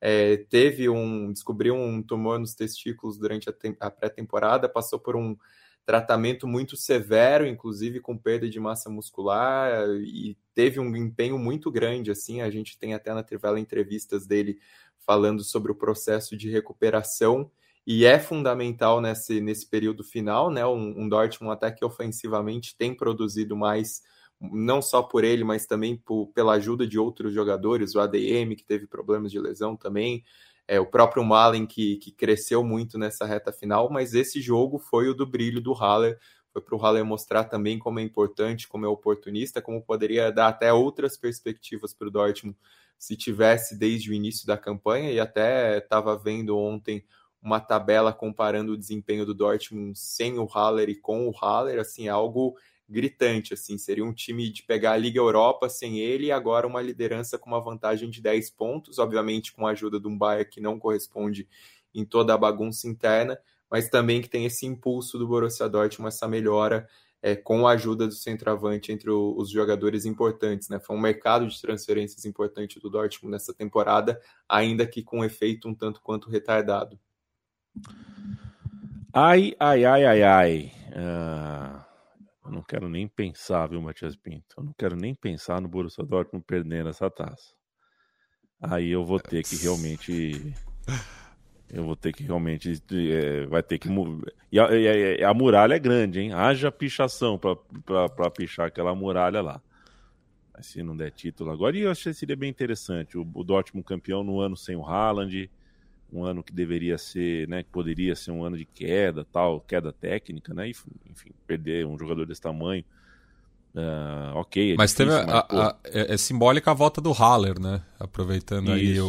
Descobriu um tumor nos testículos durante a pré-temporada, passou por um tratamento muito severo, inclusive com perda de massa muscular, e teve um empenho muito grande, assim. A gente tem até na Trivela entrevistas dele falando sobre o processo de recuperação, e é fundamental nesse período final, né? Um Dortmund até que ofensivamente tem produzido mais, não só por ele, mas também pela ajuda de outros jogadores, o ADM, que teve problemas de lesão também, o próprio Malen, que cresceu muito nessa reta final, mas esse jogo foi o do brilho do Haller, foi para o Haller mostrar também como é importante, como é oportunista, como poderia dar até outras perspectivas para o Dortmund se tivesse desde o início da campanha, e até estava vendo ontem uma tabela comparando o desempenho do Dortmund sem o Haller e com o Haller, assim, algo gritante, assim, seria um time de pegar a Liga Europa sem ele, e agora uma liderança com uma vantagem de 10 pontos, obviamente com a ajuda de um Bayern que não corresponde em toda a bagunça interna, mas também que tem esse impulso do Borussia Dortmund, essa melhora com a ajuda do centroavante entre os jogadores importantes, né? Foi um mercado de transferências importante do Dortmund nessa temporada, ainda que com um efeito um tanto quanto retardado. Ai. Eu não quero nem pensar, viu, Matias Pinto? Eu não quero nem pensar no Borussia Dortmund perdendo essa taça. Aí eu vou ter que realmente... vai ter que... E a muralha é grande, hein? Haja pichação pra pichar aquela muralha lá. Mas se não der título agora... E eu achei que seria bem interessante. O Dortmund campeão no ano sem o Haaland. um ano que deveria ser, né, que poderia ser um ano de queda, tal, queda técnica, né, enfim, perder um jogador desse tamanho, ok. Mas difícil, é simbólica a volta do Haller, né, aproveitando aí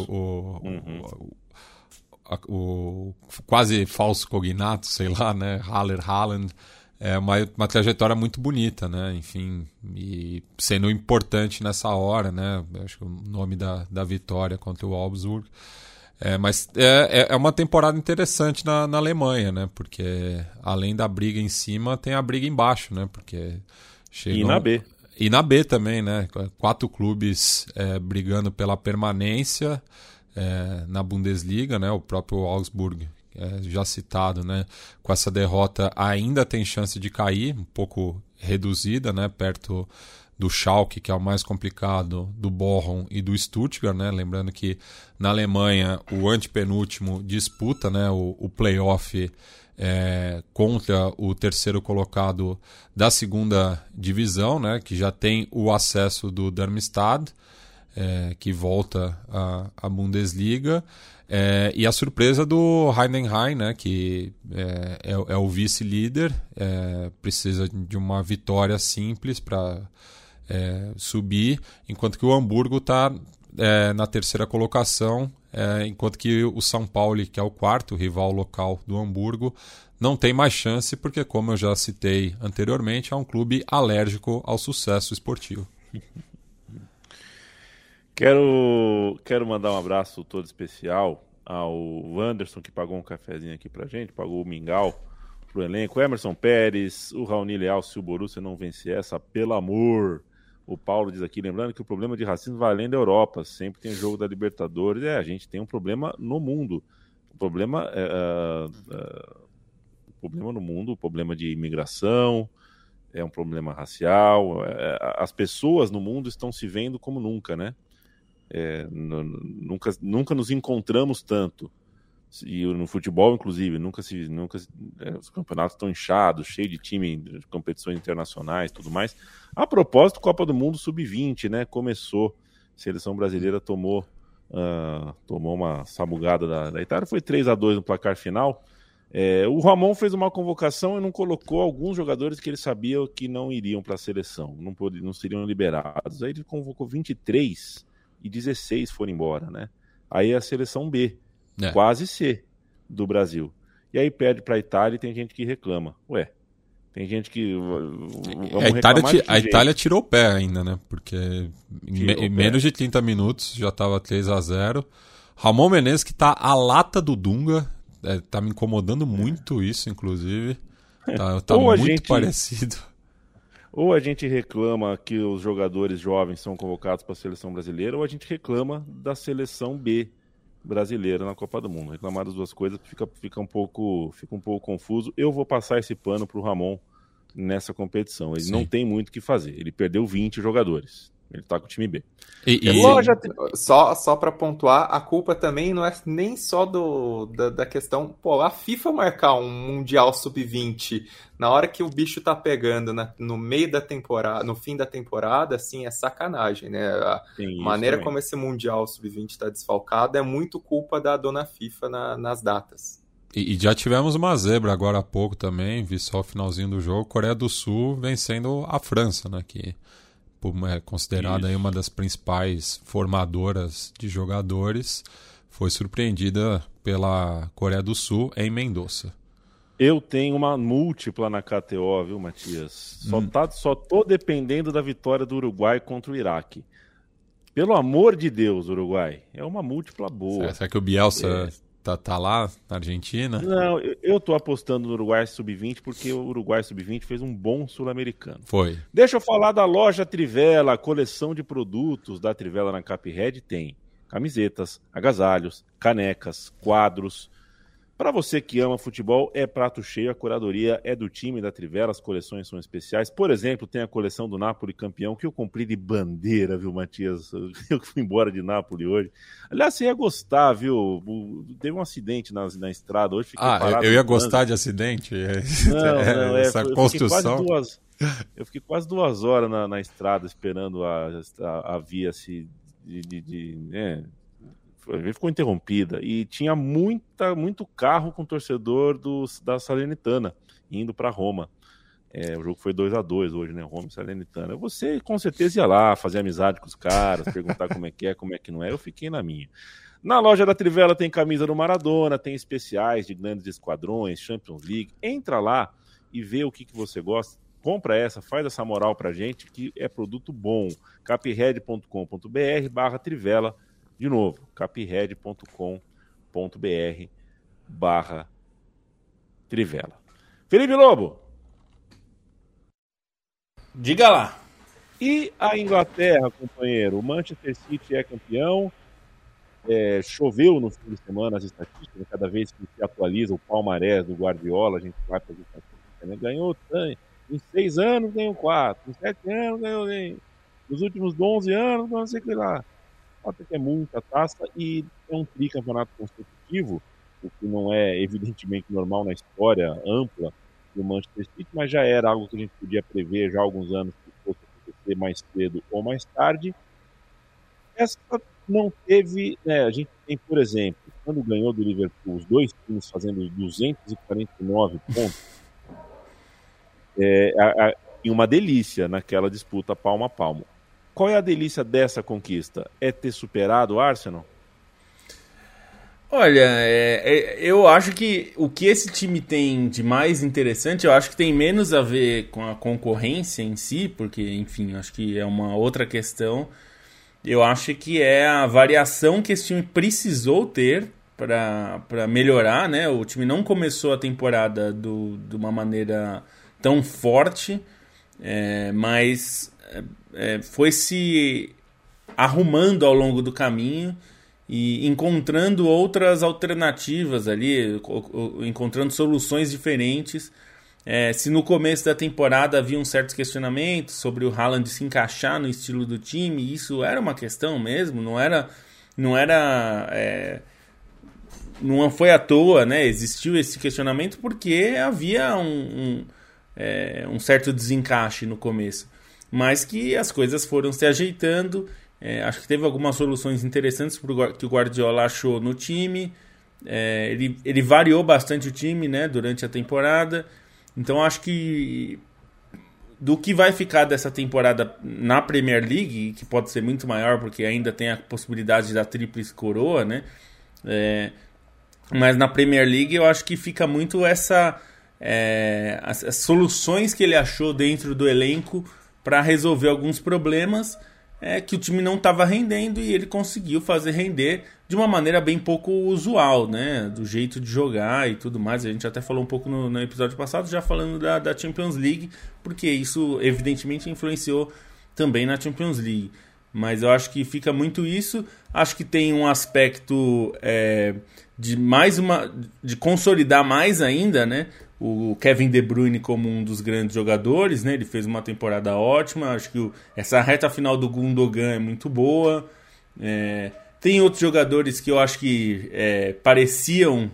o quase falso cognato, sei lá, né, Haller, Haaland, é uma trajetória muito bonita, né, enfim, e sendo importante nessa hora, né, acho que o nome da vitória contra o Augsburg. Mas é uma temporada interessante na Alemanha, né? Porque além da briga em cima, tem a briga embaixo, né? Porque e na B. E na B também, né? 4 clubes brigando pela permanência na Bundesliga, né? O próprio Augsburg, já citado, né? Com essa derrota ainda tem chance de cair, um pouco reduzida, né? Perto do Schalke, que é o mais complicado, do Bochum e do Stuttgart, né? Lembrando que na Alemanha o antepenúltimo disputa, né, o playoff contra o terceiro colocado da segunda divisão, né, que já tem o acesso do Darmstadt, que volta à Bundesliga, e a surpresa do Heidenheim, né, que é o vice-líder, precisa de uma vitória simples para subir, enquanto que o Hamburgo está na terceira colocação, enquanto que o São Paulo, que é o quarto rival local do Hamburgo, não tem mais chance, porque, como eu já citei anteriormente, é um clube alérgico ao sucesso esportivo. Quero mandar um abraço todo especial ao Wanderson, que pagou um cafezinho aqui pra gente, pagou o mingau pro elenco, o Emerson Pérez, o Raoni Leal, se o Borussia não vencer essa, pelo amor. O Paulo diz aqui, lembrando que o problema de racismo vai além da Europa, sempre tem jogo da Libertadores, a gente tem um problema no mundo. O problema no mundo, o problema de imigração, é um problema racial, as pessoas no mundo estão se vendo como nunca, né? Nunca nos encontramos tanto. E no futebol, inclusive, os campeonatos estão inchados, cheios de time, de competições internacionais, tudo mais. A propósito, Copa do Mundo Sub-20, né? Começou, a seleção brasileira tomou uma sabugada da Itália, foi 3-2 no placar final. O Ramon fez uma convocação e não colocou alguns jogadores que ele sabia que não iriam para a seleção, não seriam liberados. Aí ele convocou 23 e 16 foram embora, né? Aí a seleção B, quase C do Brasil. E aí perde para a Itália e tem gente que reclama. Tem gente que... A Itália tirou o pé ainda, né? Porque em menos de 30 minutos já estava 3-0. Ramon Menezes, que tá a lata do Dunga, tá me incomodando muito isso, inclusive. Tá muito parecido. Ou a gente reclama que os jogadores jovens são convocados para a seleção brasileira, ou a gente reclama da seleção B brasileira na Copa do Mundo. Reclamar das duas coisas fica um pouco confuso. Eu vou passar esse pano pro Ramon nessa competição. Ele não tem muito o que fazer. Ele perdeu 20 jogadores. Ele tá com o time B. Só para pontuar, a culpa também não é nem só da questão, a FIFA marcar um Mundial Sub-20 na hora que o bicho tá pegando no meio da temporada, no fim da temporada, assim, é sacanagem, né? A maneira como esse Mundial Sub-20 tá desfalcado é muito culpa da dona FIFA nas datas. E já tivemos uma zebra agora há pouco também, vi só o finalzinho do jogo, Coreia do Sul vencendo a França, né? Que é considerada aí uma das principais formadoras de jogadores, foi surpreendida pela Coreia do Sul em Mendoza. Eu tenho uma múltipla na KTO, viu, Matias? Só tô dependendo da vitória do Uruguai contra o Iraque. Pelo amor de Deus, Uruguai. É uma múltipla boa. Será que o Bielsa tá lá na Argentina? Não, eu tô apostando no Uruguai Sub-20 porque o Uruguai Sub-20 fez um bom sul-americano. Foi. Deixa eu falar da loja Trivela, a coleção de produtos da Trivela na Caphead tem camisetas, agasalhos, canecas, quadros. Para você que ama futebol, é prato cheio, a curadoria é do time da Trivela, as coleções são especiais. Por exemplo, tem a coleção do Napoli campeão, que eu comprei de bandeira, viu, Matias? Eu fui embora de Napoli hoje. Aliás, você ia gostar, viu? Teve um acidente na estrada hoje. Fiquei parado. Eu ia gostar de acidente? Não, essa construção. Eu fiquei quase 2 horas na estrada esperando a via se... ficou interrompida e tinha muito carro com torcedor da Salernitana indo para Roma. O jogo foi 2-2 hoje, né? Roma e Salernitana. Você com certeza ia lá fazer amizade com os caras, perguntar como é que não é. Eu fiquei na minha. Na loja da Trivela tem camisa do Maradona, tem especiais de grandes esquadrões, Champions League. Entra lá e vê o que você gosta. Compra essa, faz essa moral pra gente, que é produto bom. capred.com.br/Trivela. De novo, capred.com.br/Trivela. Felipe Lobo. Diga lá. E a Inglaterra, companheiro? O Manchester City é campeão. Choveu no fim de semana as estatísticas. Cada vez que se atualiza o palmarés do Guardiola, a gente vai para as estatísticas. Né? Ganhou em 6 anos, ganhou 4. Em 7 anos, ganhou. Nos últimos 11 anos, não sei o que lá. Até que é muita taça e é um tricampeonato consecutivo, o que não é evidentemente normal na história ampla do Manchester City, mas já era algo que a gente podia prever já há alguns anos que fosse acontecer mais cedo ou mais tarde. Essa não teve, né, a gente tem, por exemplo, quando ganhou do Liverpool, os dois times fazendo 249 pontos, em uma delícia naquela disputa palmo a palmo. Qual é a delícia dessa conquista? É ter superado o Arsenal? Olha, eu acho que o que esse time tem de mais interessante, eu acho que tem menos a ver com a concorrência em si, porque, enfim, acho que é uma outra questão. Eu acho que é a variação que esse time precisou ter para melhorar, né? O time não começou a temporada de uma maneira tão forte, mas foi se arrumando ao longo do caminho e encontrando outras alternativas ali, encontrando soluções diferentes. Se no começo da temporada havia um certo questionamento sobre o Haaland se encaixar no estilo do time, isso era uma questão mesmo, não foi à toa, né? Existiu esse questionamento porque havia um certo desencaixe no começo, mas que as coisas foram se ajeitando. Acho que teve algumas soluções interessantes que o Guardiola achou no time. Ele variou bastante o time, né, durante a temporada. Então acho que do que vai ficar dessa temporada na Premier League, que pode ser muito maior porque ainda tem a possibilidade da tríplice coroa, né? Mas na Premier League eu acho que fica muito as soluções que ele achou dentro do elenco para resolver alguns problemas que o time não estava rendendo, e ele conseguiu fazer render de uma maneira bem pouco usual, né? Do jeito de jogar e tudo mais. A gente até falou um pouco no episódio passado, já falando da Champions League, porque isso evidentemente influenciou também na Champions League. Mas eu acho que fica muito isso. Acho que tem um aspecto de consolidar mais ainda, né? O Kevin De Bruyne como um dos grandes jogadores, né? Ele fez uma temporada ótima. Acho que essa reta final do Gundogan é muito boa. Tem outros jogadores que eu acho que pareciam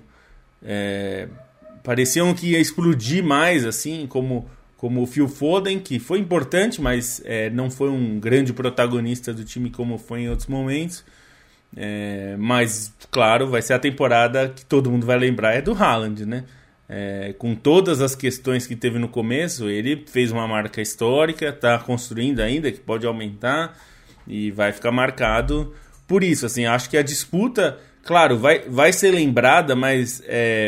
que ia explodir mais, assim, como o Phil Foden, que foi importante, mas não foi um grande protagonista do time como foi em outros momentos. Mas, claro, vai ser a temporada que todo mundo vai lembrar do Haaland, né? Com todas as questões que teve no começo, ele fez uma marca histórica, está construindo ainda, que pode aumentar, e vai ficar marcado por isso. Assim, acho que a disputa, claro, vai ser lembrada, mas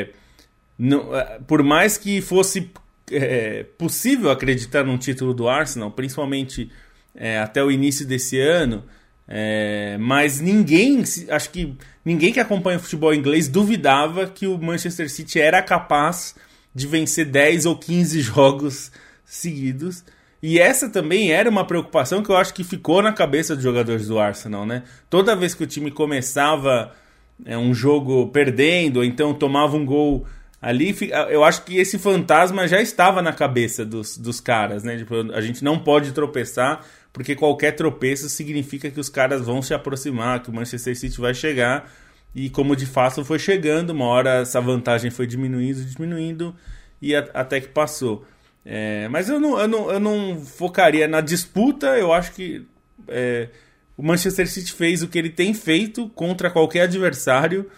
por mais que fosse possível acreditar num título do Arsenal, principalmente até o início desse ano, mas acho que ninguém que acompanha o futebol inglês duvidava que o Manchester City era capaz de vencer 10 ou 15 jogos seguidos. E essa também era uma preocupação que eu acho que ficou na cabeça dos jogadores do Arsenal, né? Toda vez que o time começava um jogo perdendo, ou então tomava um gol ali, eu acho que esse fantasma já estava na cabeça dos caras, né? Tipo, a gente não pode tropeçar, porque qualquer tropeço significa que os caras vão se aproximar, que o Manchester City vai chegar, e como de fato foi chegando, uma hora essa vantagem foi diminuindo, e até que passou. Mas eu não focaria na disputa. Eu acho que o Manchester City fez o que ele tem feito contra qualquer adversário.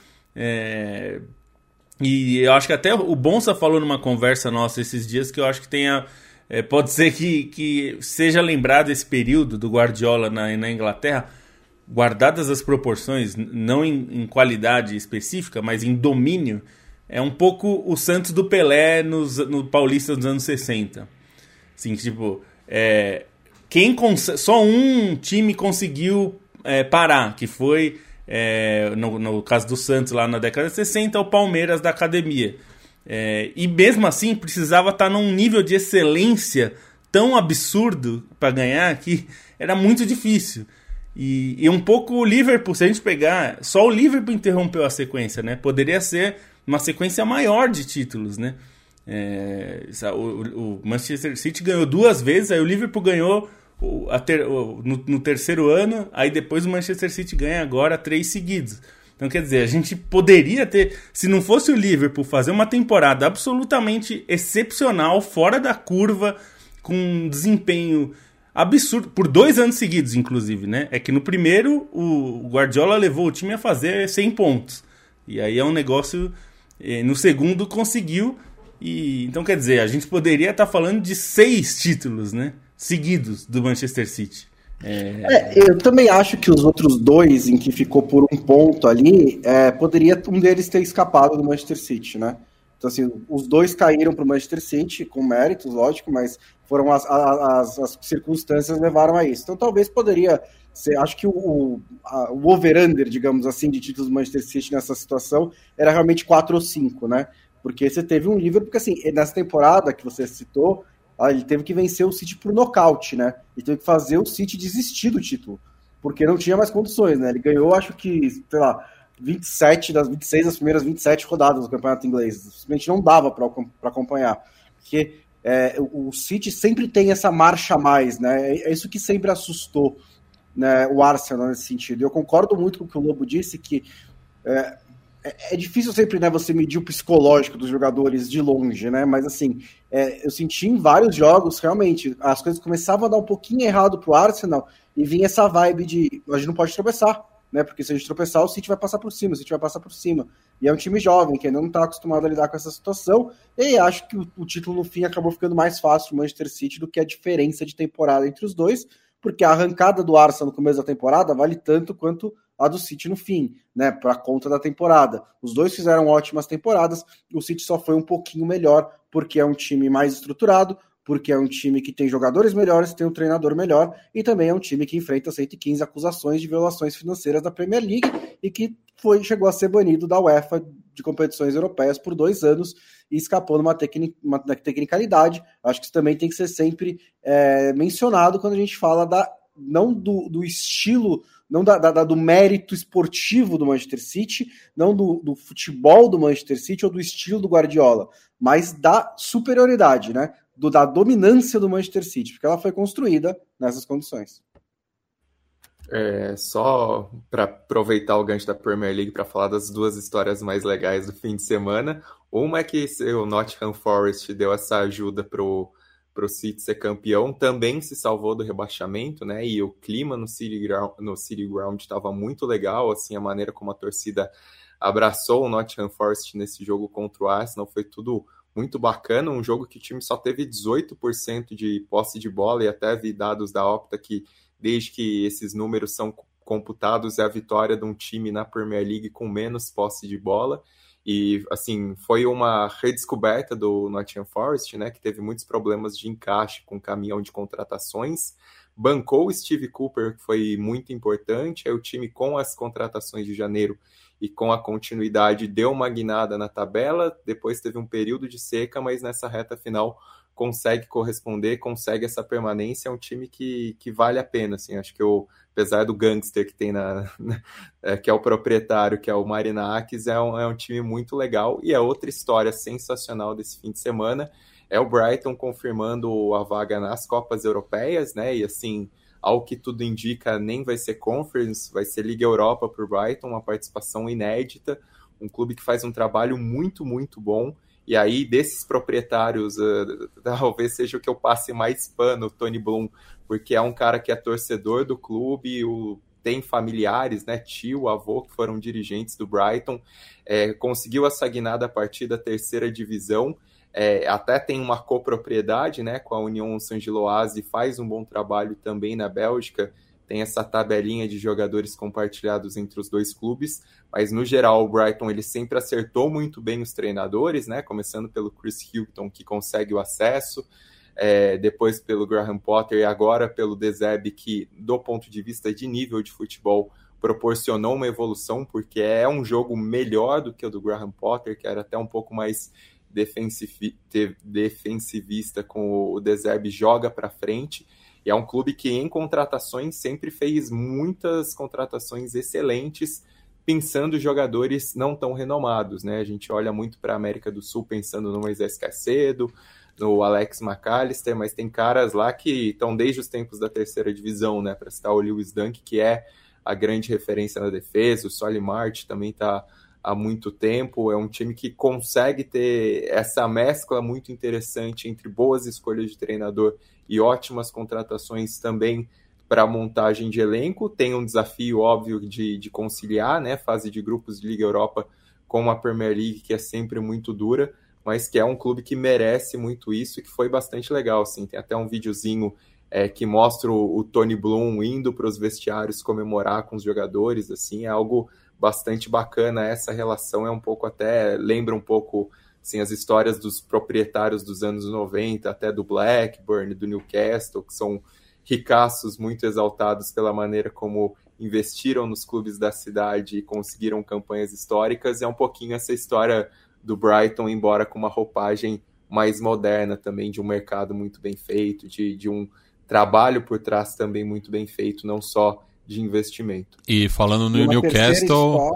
E eu acho que até o Bonsa falou numa conversa nossa esses dias que eu acho que tenha... pode ser que seja lembrado esse período do Guardiola na Inglaterra, guardadas as proporções, não em qualidade específica, mas em domínio, é um pouco o Santos do Pelé no Paulista dos anos 60. Assim, tipo, só um time conseguiu parar, que foi, no caso do Santos lá na década de 60, o Palmeiras da Academia. E mesmo assim precisava estar num nível de excelência tão absurdo para ganhar que era muito difícil. E um pouco o Liverpool, se a gente pegar, só o Liverpool interrompeu a sequência, né? Poderia ser uma sequência maior de títulos, né? O Manchester City ganhou 2 vezes, aí o Liverpool ganhou no terceiro ano, aí depois o Manchester City ganha agora 3 seguidos. Então, quer dizer, a gente poderia ter, se não fosse o Liverpool fazer uma temporada absolutamente excepcional, fora da curva, com um desempenho absurdo, por 2 anos seguidos, inclusive, né? É que no primeiro, o Guardiola levou o time a fazer 100 pontos. E aí é um negócio... No segundo, conseguiu. Então, quer dizer, a gente poderia estar falando de 6 títulos, né? Seguidos do Manchester City. Eu também acho que os outros 2, em que ficou por 1 ponto ali, poderia um deles ter escapado do Manchester City, né? Então, assim, os 2 caíram para o Manchester City, com méritos, lógico, mas foram as circunstâncias levaram a isso. Então, talvez poderia ser... Acho que o over-under, digamos assim, de títulos do Manchester City nessa situação era realmente 4 ou 5, né? Porque você teve um Liverpool, porque, assim, nessa temporada que você citou, ele teve que vencer o City por nocaute, né? E teve que fazer o City desistir do título, porque não tinha mais condições, né? Ele ganhou, acho que, sei lá, 26 das primeiras 27 rodadas do campeonato inglês. Simplesmente não dava para acompanhar. Porque o City sempre tem essa marcha a mais, né? É isso que sempre assustou, né, o Arsenal nesse sentido. Eu concordo muito com o que o Lobo disse, que é difícil sempre, né, você medir o psicológico dos jogadores de longe, né? Mas assim, eu senti em vários jogos, realmente, as coisas começavam a dar um pouquinho errado pro Arsenal e vinha essa vibe de a gente não pode tropeçar, né? Porque se a gente tropeçar, o City vai passar por cima, E é um time jovem, que ainda não está acostumado a lidar com essa situação, e acho que o título, no fim, acabou ficando mais fácil o Manchester City do que a diferença de temporada entre os dois, porque a arrancada do Arsenal no começo da temporada vale tanto quanto a do City no fim, né, para conta da temporada. Os dois fizeram ótimas temporadas, o City só foi um pouquinho melhor, porque é um time mais estruturado, porque é um time que tem jogadores melhores, tem um treinador melhor, e também é um time que enfrenta 115 acusações de violações financeiras da Premier League, e que chegou a ser banido da UEFA de competições europeias por 2 anos, e escapou numa tecnicalidade. Acho que isso também tem que ser sempre mencionado quando a gente fala não do estilo, não do mérito esportivo do Manchester City, não do futebol do Manchester City ou do estilo do Guardiola, mas da superioridade, né? Da dominância do Manchester City, porque ela foi construída nessas condições. Só para aproveitar o gancho da Premier League para falar das 2 histórias mais legais do fim de semana. Uma é que o Nottingham Forest deu essa ajuda pro City ser campeão, também se salvou do rebaixamento, né? E o clima no City Ground estava muito legal, assim, a maneira como a torcida abraçou o Nottingham Forest nesse jogo contra o Arsenal foi tudo muito bacana, um jogo que o time só teve 18% de posse de bola, e até vi dados da Opta que desde que esses números são computados é a vitória de um time na Premier League com menos posse de bola. E, assim, foi uma redescoberta do Nottingham Forest, né, que teve muitos problemas de encaixe com o caminhão de contratações. Bancou o Steve Cooper, que foi muito importante. Aí o time, com as contratações de janeiro e com a continuidade, deu uma guinada na tabela. Depois teve um período de seca, mas nessa reta final consegue corresponder, consegue essa permanência. É um time que vale a pena, assim. Acho que apesar do gangster que tem que é o proprietário, que é o Marinakis, é um time muito legal. E a outra história sensacional desse fim de semana é o Brighton confirmando a vaga nas Copas Europeias, né? E assim, ao que tudo indica, nem vai ser Conference, vai ser Liga Europa para o Brighton, uma participação inédita, um clube que faz um trabalho muito, muito bom. E aí, desses proprietários, talvez seja o que eu passe mais pano, o Tony Bloom, porque é um cara que é torcedor do clube, tem familiares, né, tio, avô, que foram dirigentes do Brighton, conseguiu essa guinada a partir da 3ª divisão, até tem uma copropriedade, né, com a Union Saint-Gilloise, faz um bom trabalho também na Bélgica, tem essa tabelinha de jogadores compartilhados entre os dois clubes, mas no geral o Brighton ele sempre acertou muito bem os treinadores, né, começando pelo Chris Hughton, que consegue o acesso, depois pelo Graham Potter e agora pelo De Zerbi, que do ponto de vista de nível de futebol proporcionou uma evolução, porque é um jogo melhor do que o do Graham Potter, que era até um pouco mais defensivista, com o De Zerbi joga para frente, e é um clube que em contratações sempre fez muitas contratações excelentes, pensando em jogadores não tão renomados, né? A gente olha muito para a América do Sul pensando no Moisés Caicedo, no Alex McAllister, mas tem caras lá que estão desde os tempos da 3ª divisão, né? Para citar o Lewis Dunk, que é a grande referência na defesa, o Solly March também está há muito tempo, é um time que consegue ter essa mescla muito interessante entre boas escolhas de treinador e ótimas contratações também para a montagem de elenco. Tem um desafio óbvio de conciliar, né, fase de grupos de Liga Europa com a Premier League, que é sempre muito dura, mas que é um clube que merece muito isso e que foi bastante legal, assim. Tem até um videozinho que mostra o Tony Bloom indo para os vestiários comemorar com os jogadores, assim, é algo bastante bacana. Essa relação é um pouco até, lembra um pouco assim, as histórias dos proprietários dos anos 90, até do Blackburn, do Newcastle, que são ricaços muito exaltados pela maneira como investiram nos clubes da cidade e conseguiram campanhas históricas. É um pouquinho essa história do Brighton, embora com uma roupagem mais moderna também, de um mercado muito bem feito, de um trabalho por trás também muito bem feito, não só de investimento. E falando no Newcastle,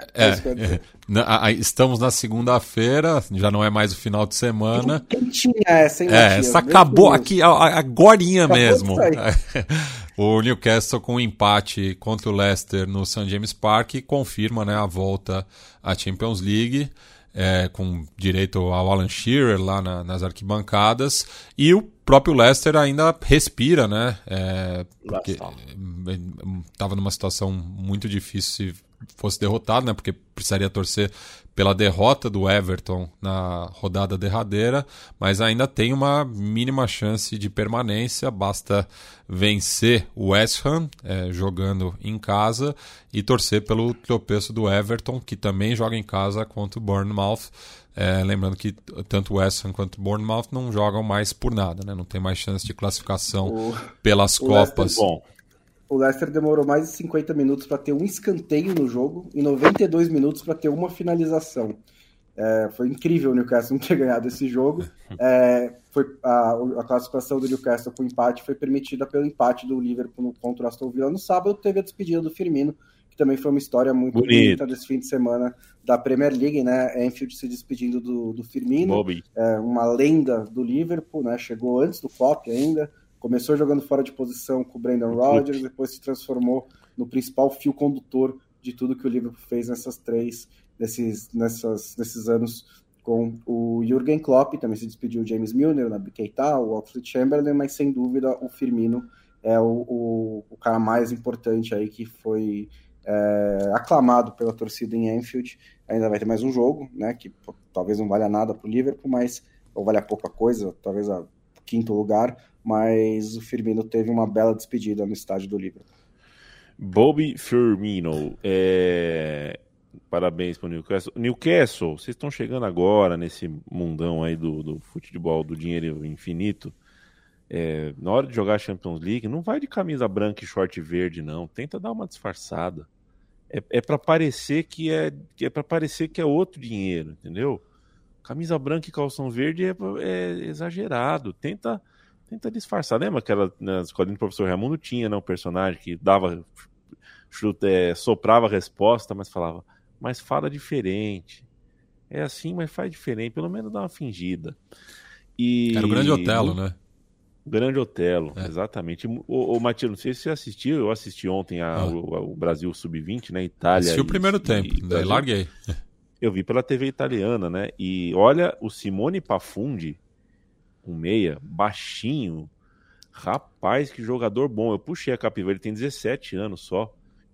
estamos na segunda-feira, já não é mais o final de semana. Quem tinha essa, hein, Matias? Essa acabou aqui agorinha mesmo. O Newcastle com um empate contra o Leicester no St. James Park confirma, né, a volta à Champions League. Com direito ao Alan Shearer lá nas arquibancadas, e o próprio Leicester ainda respira, né? Porque estava numa situação muito difícil se fosse derrotado, né? Porque precisaria torcer pela derrota do Everton na rodada derradeira, mas ainda tem uma mínima chance de permanência, basta vencer o West Ham jogando em casa e torcer pelo tropeço do Everton, que também joga em casa contra o Bournemouth. Lembrando que tanto o West Ham quanto o Bournemouth não jogam mais por nada, né? Não tem mais chance de classificação pelas Copas. O Leicester demorou mais de 50 minutos para ter um escanteio no jogo e 92 minutos para ter uma finalização. Foi incrível o Newcastle não ter ganhado esse jogo. A classificação do Newcastle com empate foi permitida pelo empate do Liverpool contra o Aston Villa no sábado. Teve a despedida do Firmino, que também foi uma história muito bonita desse fim de semana da Premier League, né? Anfield se despedindo do Firmino, uma lenda do Liverpool, né? Chegou antes do Klopp ainda. Começou jogando fora de posição com o Brendan Rodgers, depois se transformou no principal fio condutor de tudo que o Liverpool fez nesses anos com o Jürgen Klopp. Também se despediu o James Milner, o Naby Keita, o Oxlade-Chamberlain, mas sem dúvida o Firmino é o cara mais importante aí, que foi aclamado pela torcida em Anfield. Ainda vai ter mais um jogo, né, que talvez não valha nada para o Liverpool, ou valha pouca coisa, talvez a quinto lugar, mas o Firmino teve uma bela despedida no estádio do Liverpool. Bobby Firmino, parabéns para o Newcastle. Newcastle, vocês estão chegando agora nesse mundão aí do futebol, do dinheiro infinito. Na hora de jogar a Champions League, não vai de camisa branca e short verde, não. Tenta dar uma disfarçada. É para parecer que para parecer que é outro dinheiro, entendeu? Camisa branca e calção verde é exagerado. Tenta disfarçar. Lembra aquela nas quadrinhas do professor Raimundo tinha, né, um personagem que dava soprava a resposta, mas falava, mas fala diferente. É assim, mas faz diferente. Pelo menos dá uma fingida. Era o Grande Otelo, né? Grande Otelo, exatamente. O Matias, não sei se você assistiu, eu assisti ontem o Brasil Sub-20, né? Itália. Assisti o primeiro tempo, daí larguei. Eu vi pela TV italiana, né? E olha, o Simone Pafundi, um meia, baixinho. Rapaz, que jogador bom. Eu puxei a capivara, ele tem 17 anos só.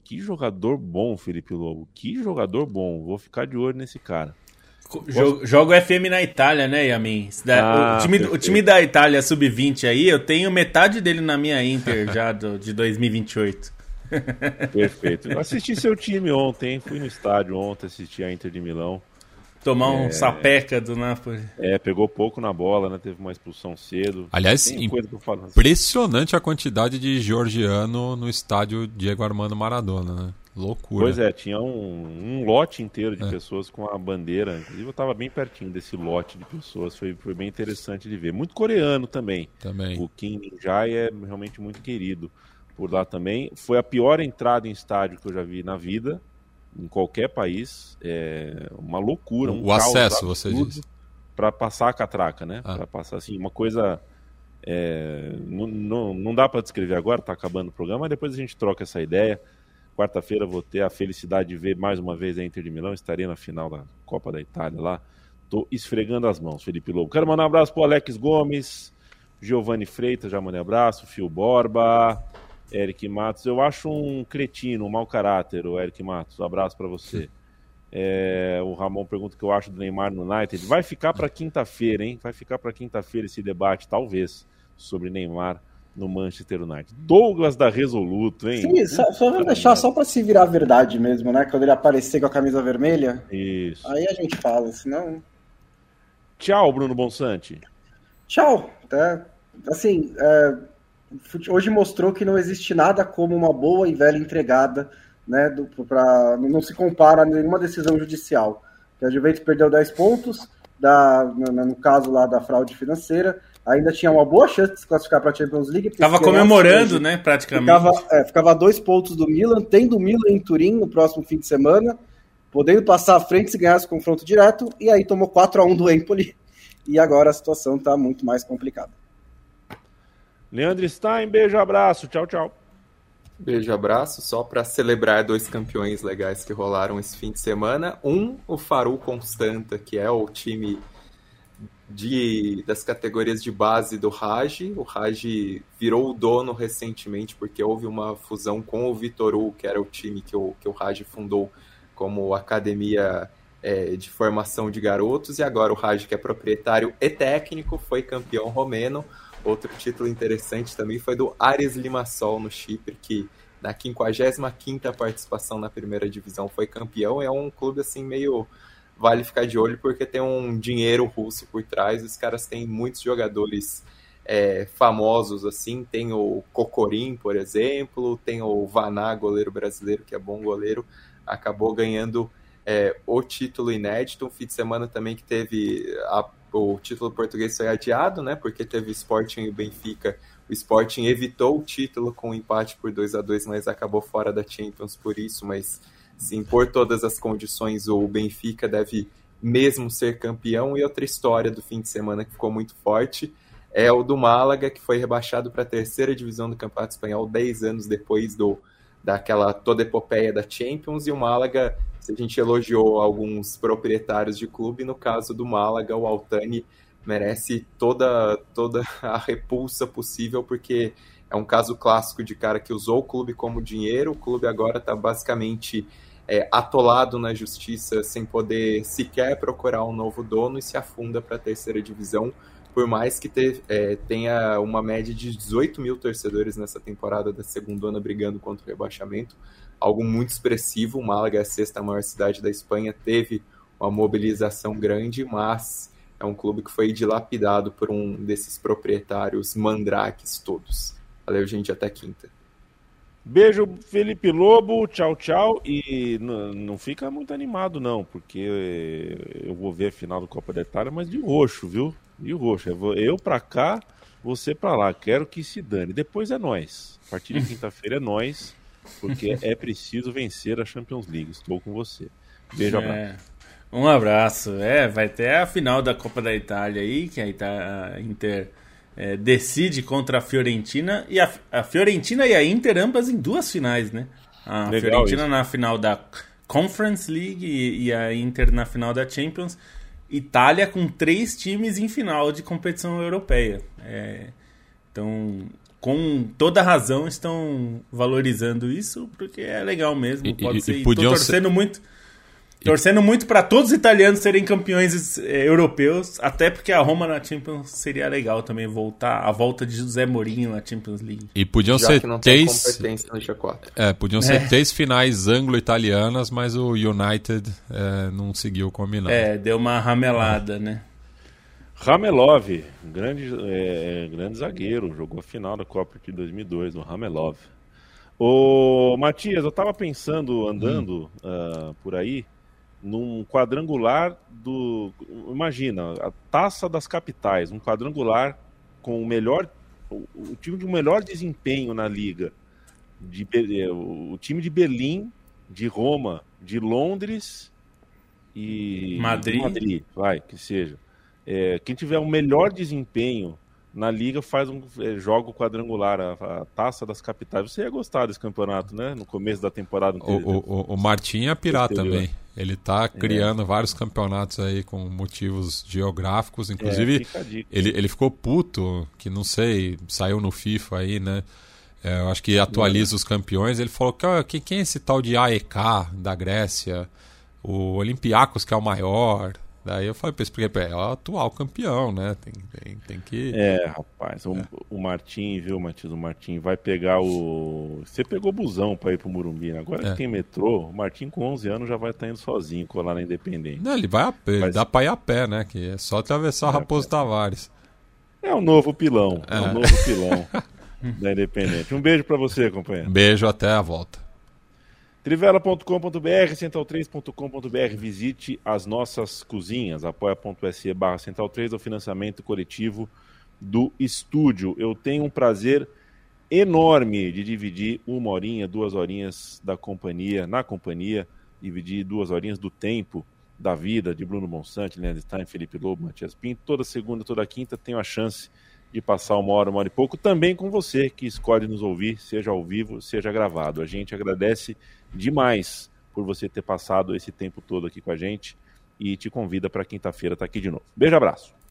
Que jogador bom, Felipe Lobo. Que jogador bom. Vou ficar de olho nesse cara. Jogo FM na Itália, né, Yamin? O time da Itália sub-20 aí, eu tenho metade dele na minha Inter já de 2028. Perfeito. Eu assisti seu time ontem, fui no estádio ontem, assisti a Inter de Milão. Tomar um sapeca do Napoli. Pegou pouco na bola, né? Teve uma expulsão cedo. Aliás, impressionante a quantidade de georgiano no estádio Diego Armando Maradona, né? Loucura. Pois é, tinha um lote inteiro de pessoas com a bandeira. Inclusive eu estava bem pertinho desse lote de pessoas. Foi bem interessante de ver. Muito coreano também. O Kim Min-jae é realmente muito querido por lá também. Foi a pior entrada em estádio que eu já vi na vida. Em qualquer país, uma loucura. O acesso, você diz. Para passar a catraca, né? Para passar assim, uma coisa. Não dá para descrever agora, tá acabando o programa, mas depois a gente troca essa ideia. Quarta-feira vou ter a felicidade de ver mais uma vez a Inter de Milão. Estarei na final da Copa da Itália lá. Tô esfregando as mãos, Felipe Lobo. Quero mandar um abraço pro Alex Gomes, Giovanni Freitas, já mandei abraço, Fio Borba, Eric Matos. Eu acho um cretino, um mau caráter, o Eric Matos. Um abraço para você. O Ramon pergunta o que eu acho do Neymar no United. Vai ficar para quinta-feira, hein? Vai ficar para quinta-feira esse debate, talvez, sobre Neymar no Manchester United. Douglas da Resoluto, hein? Sim, só vou deixar só para se virar verdade mesmo, né? Quando ele aparecer com a camisa vermelha. Isso. Aí a gente fala, senão... Tchau, Bruno Bonsante. Tchau. Assim, hoje mostrou que não existe nada como uma boa e velha entregada, né? Não se compara a nenhuma decisão judicial. A Juventus perdeu 10 pontos, no caso lá da fraude financeira. Ainda tinha uma boa chance de se classificar para a Champions League. Tava comemorando, né, praticamente. Ficava 2 pontos do Milan, tendo o Milan em Turim no próximo fim de semana, podendo passar à frente se ganhasse o confronto direto, e aí tomou 4-1 do Empoli, e agora a situação está muito mais complicada. Leandro Stein, beijo, abraço, tchau, tchau. Beijo, abraço, só para celebrar 2 campeões legais que rolaram esse fim de semana. O Faru Constanta, que é o time das categorias de base do Raj. O Raj virou o dono recentemente porque houve uma fusão com o Vitoru, que era o time que o Raj fundou como academia de formação de garotos, e agora o Raj, que é proprietário e técnico, foi campeão romeno. Outro título interessante também foi do Ares Limassol no Chipre, que na 55ª participação na primeira divisão foi campeão. É um clube assim meio... Vale ficar de olho porque tem um dinheiro russo por trás. Os caras têm muitos jogadores famosos, assim. Tem o Kokorin, por exemplo. Tem o Vaná, goleiro brasileiro, que é bom goleiro. Acabou ganhando o título inédito. Um fim de semana também que teve... O título português foi adiado, né? Porque teve Sporting e o Benfica. O Sporting evitou o título com um empate por 2-2, mas acabou fora da Champions por isso. Mas, sim, por todas as condições, o Benfica deve mesmo ser campeão. E outra história do fim de semana que ficou muito forte é o do Málaga, que foi rebaixado para a 3ª divisão do Campeonato Espanhol 10 anos depois daquela toda epopeia da Champions. E o Málaga, se a gente elogiou alguns proprietários de clube, no caso do Málaga, o Altani merece toda a repulsa possível, porque é um caso clássico de cara que usou o clube como dinheiro. O clube agora está basicamente atolado na justiça, sem poder sequer procurar um novo dono, e se afunda para a 3ª divisão, por mais que tenha uma média de 18 mil torcedores nessa temporada da segundona brigando contra o rebaixamento, algo muito expressivo. O Málaga é a 6ª maior cidade da Espanha, teve uma mobilização grande, mas é um clube que foi dilapidado por um desses proprietários mandrakes todos. Valeu, gente, até quinta. Beijo, Felipe Lobo, tchau, tchau. E não fica muito animado, não, porque eu vou ver a final do Copa da Itália, mas de roxo, viu? De roxo. Eu pra cá, você pra lá. Quero que se dane. Depois é nós. A partir de quinta-feira é nós, porque é preciso vencer a Champions League. Estou com você. Beijo, abraço. Um abraço. Vai ter a final da Copa da Itália aí, que a Inter decide contra a Fiorentina, e a Fiorentina e a Inter ambas em 2 finais, né? A legal, Fiorentina isso. Na final da Conference League e a Inter na final da Champions. Itália com 3 times em final de competição europeia. Então, com toda razão, estão valorizando isso, porque é legal mesmo. Pode ser. Tô torcendo muito para todos os italianos serem campeões europeus, até porque a Roma na Champions seria legal também a volta de José Mourinho na Champions League. E podiam já ser que não três, tem competência no G4. Podiam ser 3 finais anglo-italianas, mas o United não seguiu o combinado. Deu uma ramelada, né? Ramelov, grande zagueiro, jogou a final da Copa de 2002, o Ramelov. Ô, Matias, eu tava pensando, andando por aí, num quadrangular imagina, a Taça das Capitais, um quadrangular com o time de melhor desempenho na liga, o time de Berlim, de Roma, de Londres e Madrid, que seja. Quem tiver o melhor desempenho na liga joga o quadrangular, a Taça das Capitais. Você ia gostar desse campeonato, né? No começo da temporada. O Martim é pirata também. Ele tá criando vários campeonatos aí com motivos geográficos. Inclusive, ele ficou puto, que não sei, saiu no FIFA aí, né? Eu acho que atualiza os campeões. Ele falou que quem é esse tal de AEK da Grécia? O Olympiacos, que é o maior. Daí eu falei pra ele, porque é o atual campeão, né? Tem que... rapaz, o Martim, viu, Matias? O Martim vai pegar Você pegou busão pra ir pro Morumbi, né? Agora que tem metrô, o Martim com 11 anos já vai estar indo sozinho, colar na Independente. Não, ele vai a pé, dá pra ir a pé, né? Que é só atravessar o Raposo Tavares. É o novo pilão, o novo pilão da Independente. Um beijo pra você, companheiro. Beijo, até a volta. Trivela.com.br, central3.com.br, visite as nossas cozinhas, apoia.se/central3, o financiamento coletivo do estúdio. Eu tenho um prazer enorme de dividir 1 horinha, 2 horinhas na companhia, dividir 2 horinhas do tempo da vida de Bruno Monsante, Leandro Stein, Felipe Lobo, Matias Pinto. Toda segunda, toda quinta tenho a chance de passar 1 hora e pouco, também com você que escolhe nos ouvir, seja ao vivo, seja gravado. A gente agradece demais por você ter passado esse tempo todo aqui com a gente e te convida para quinta-feira estar aqui de novo. Beijo, abraço.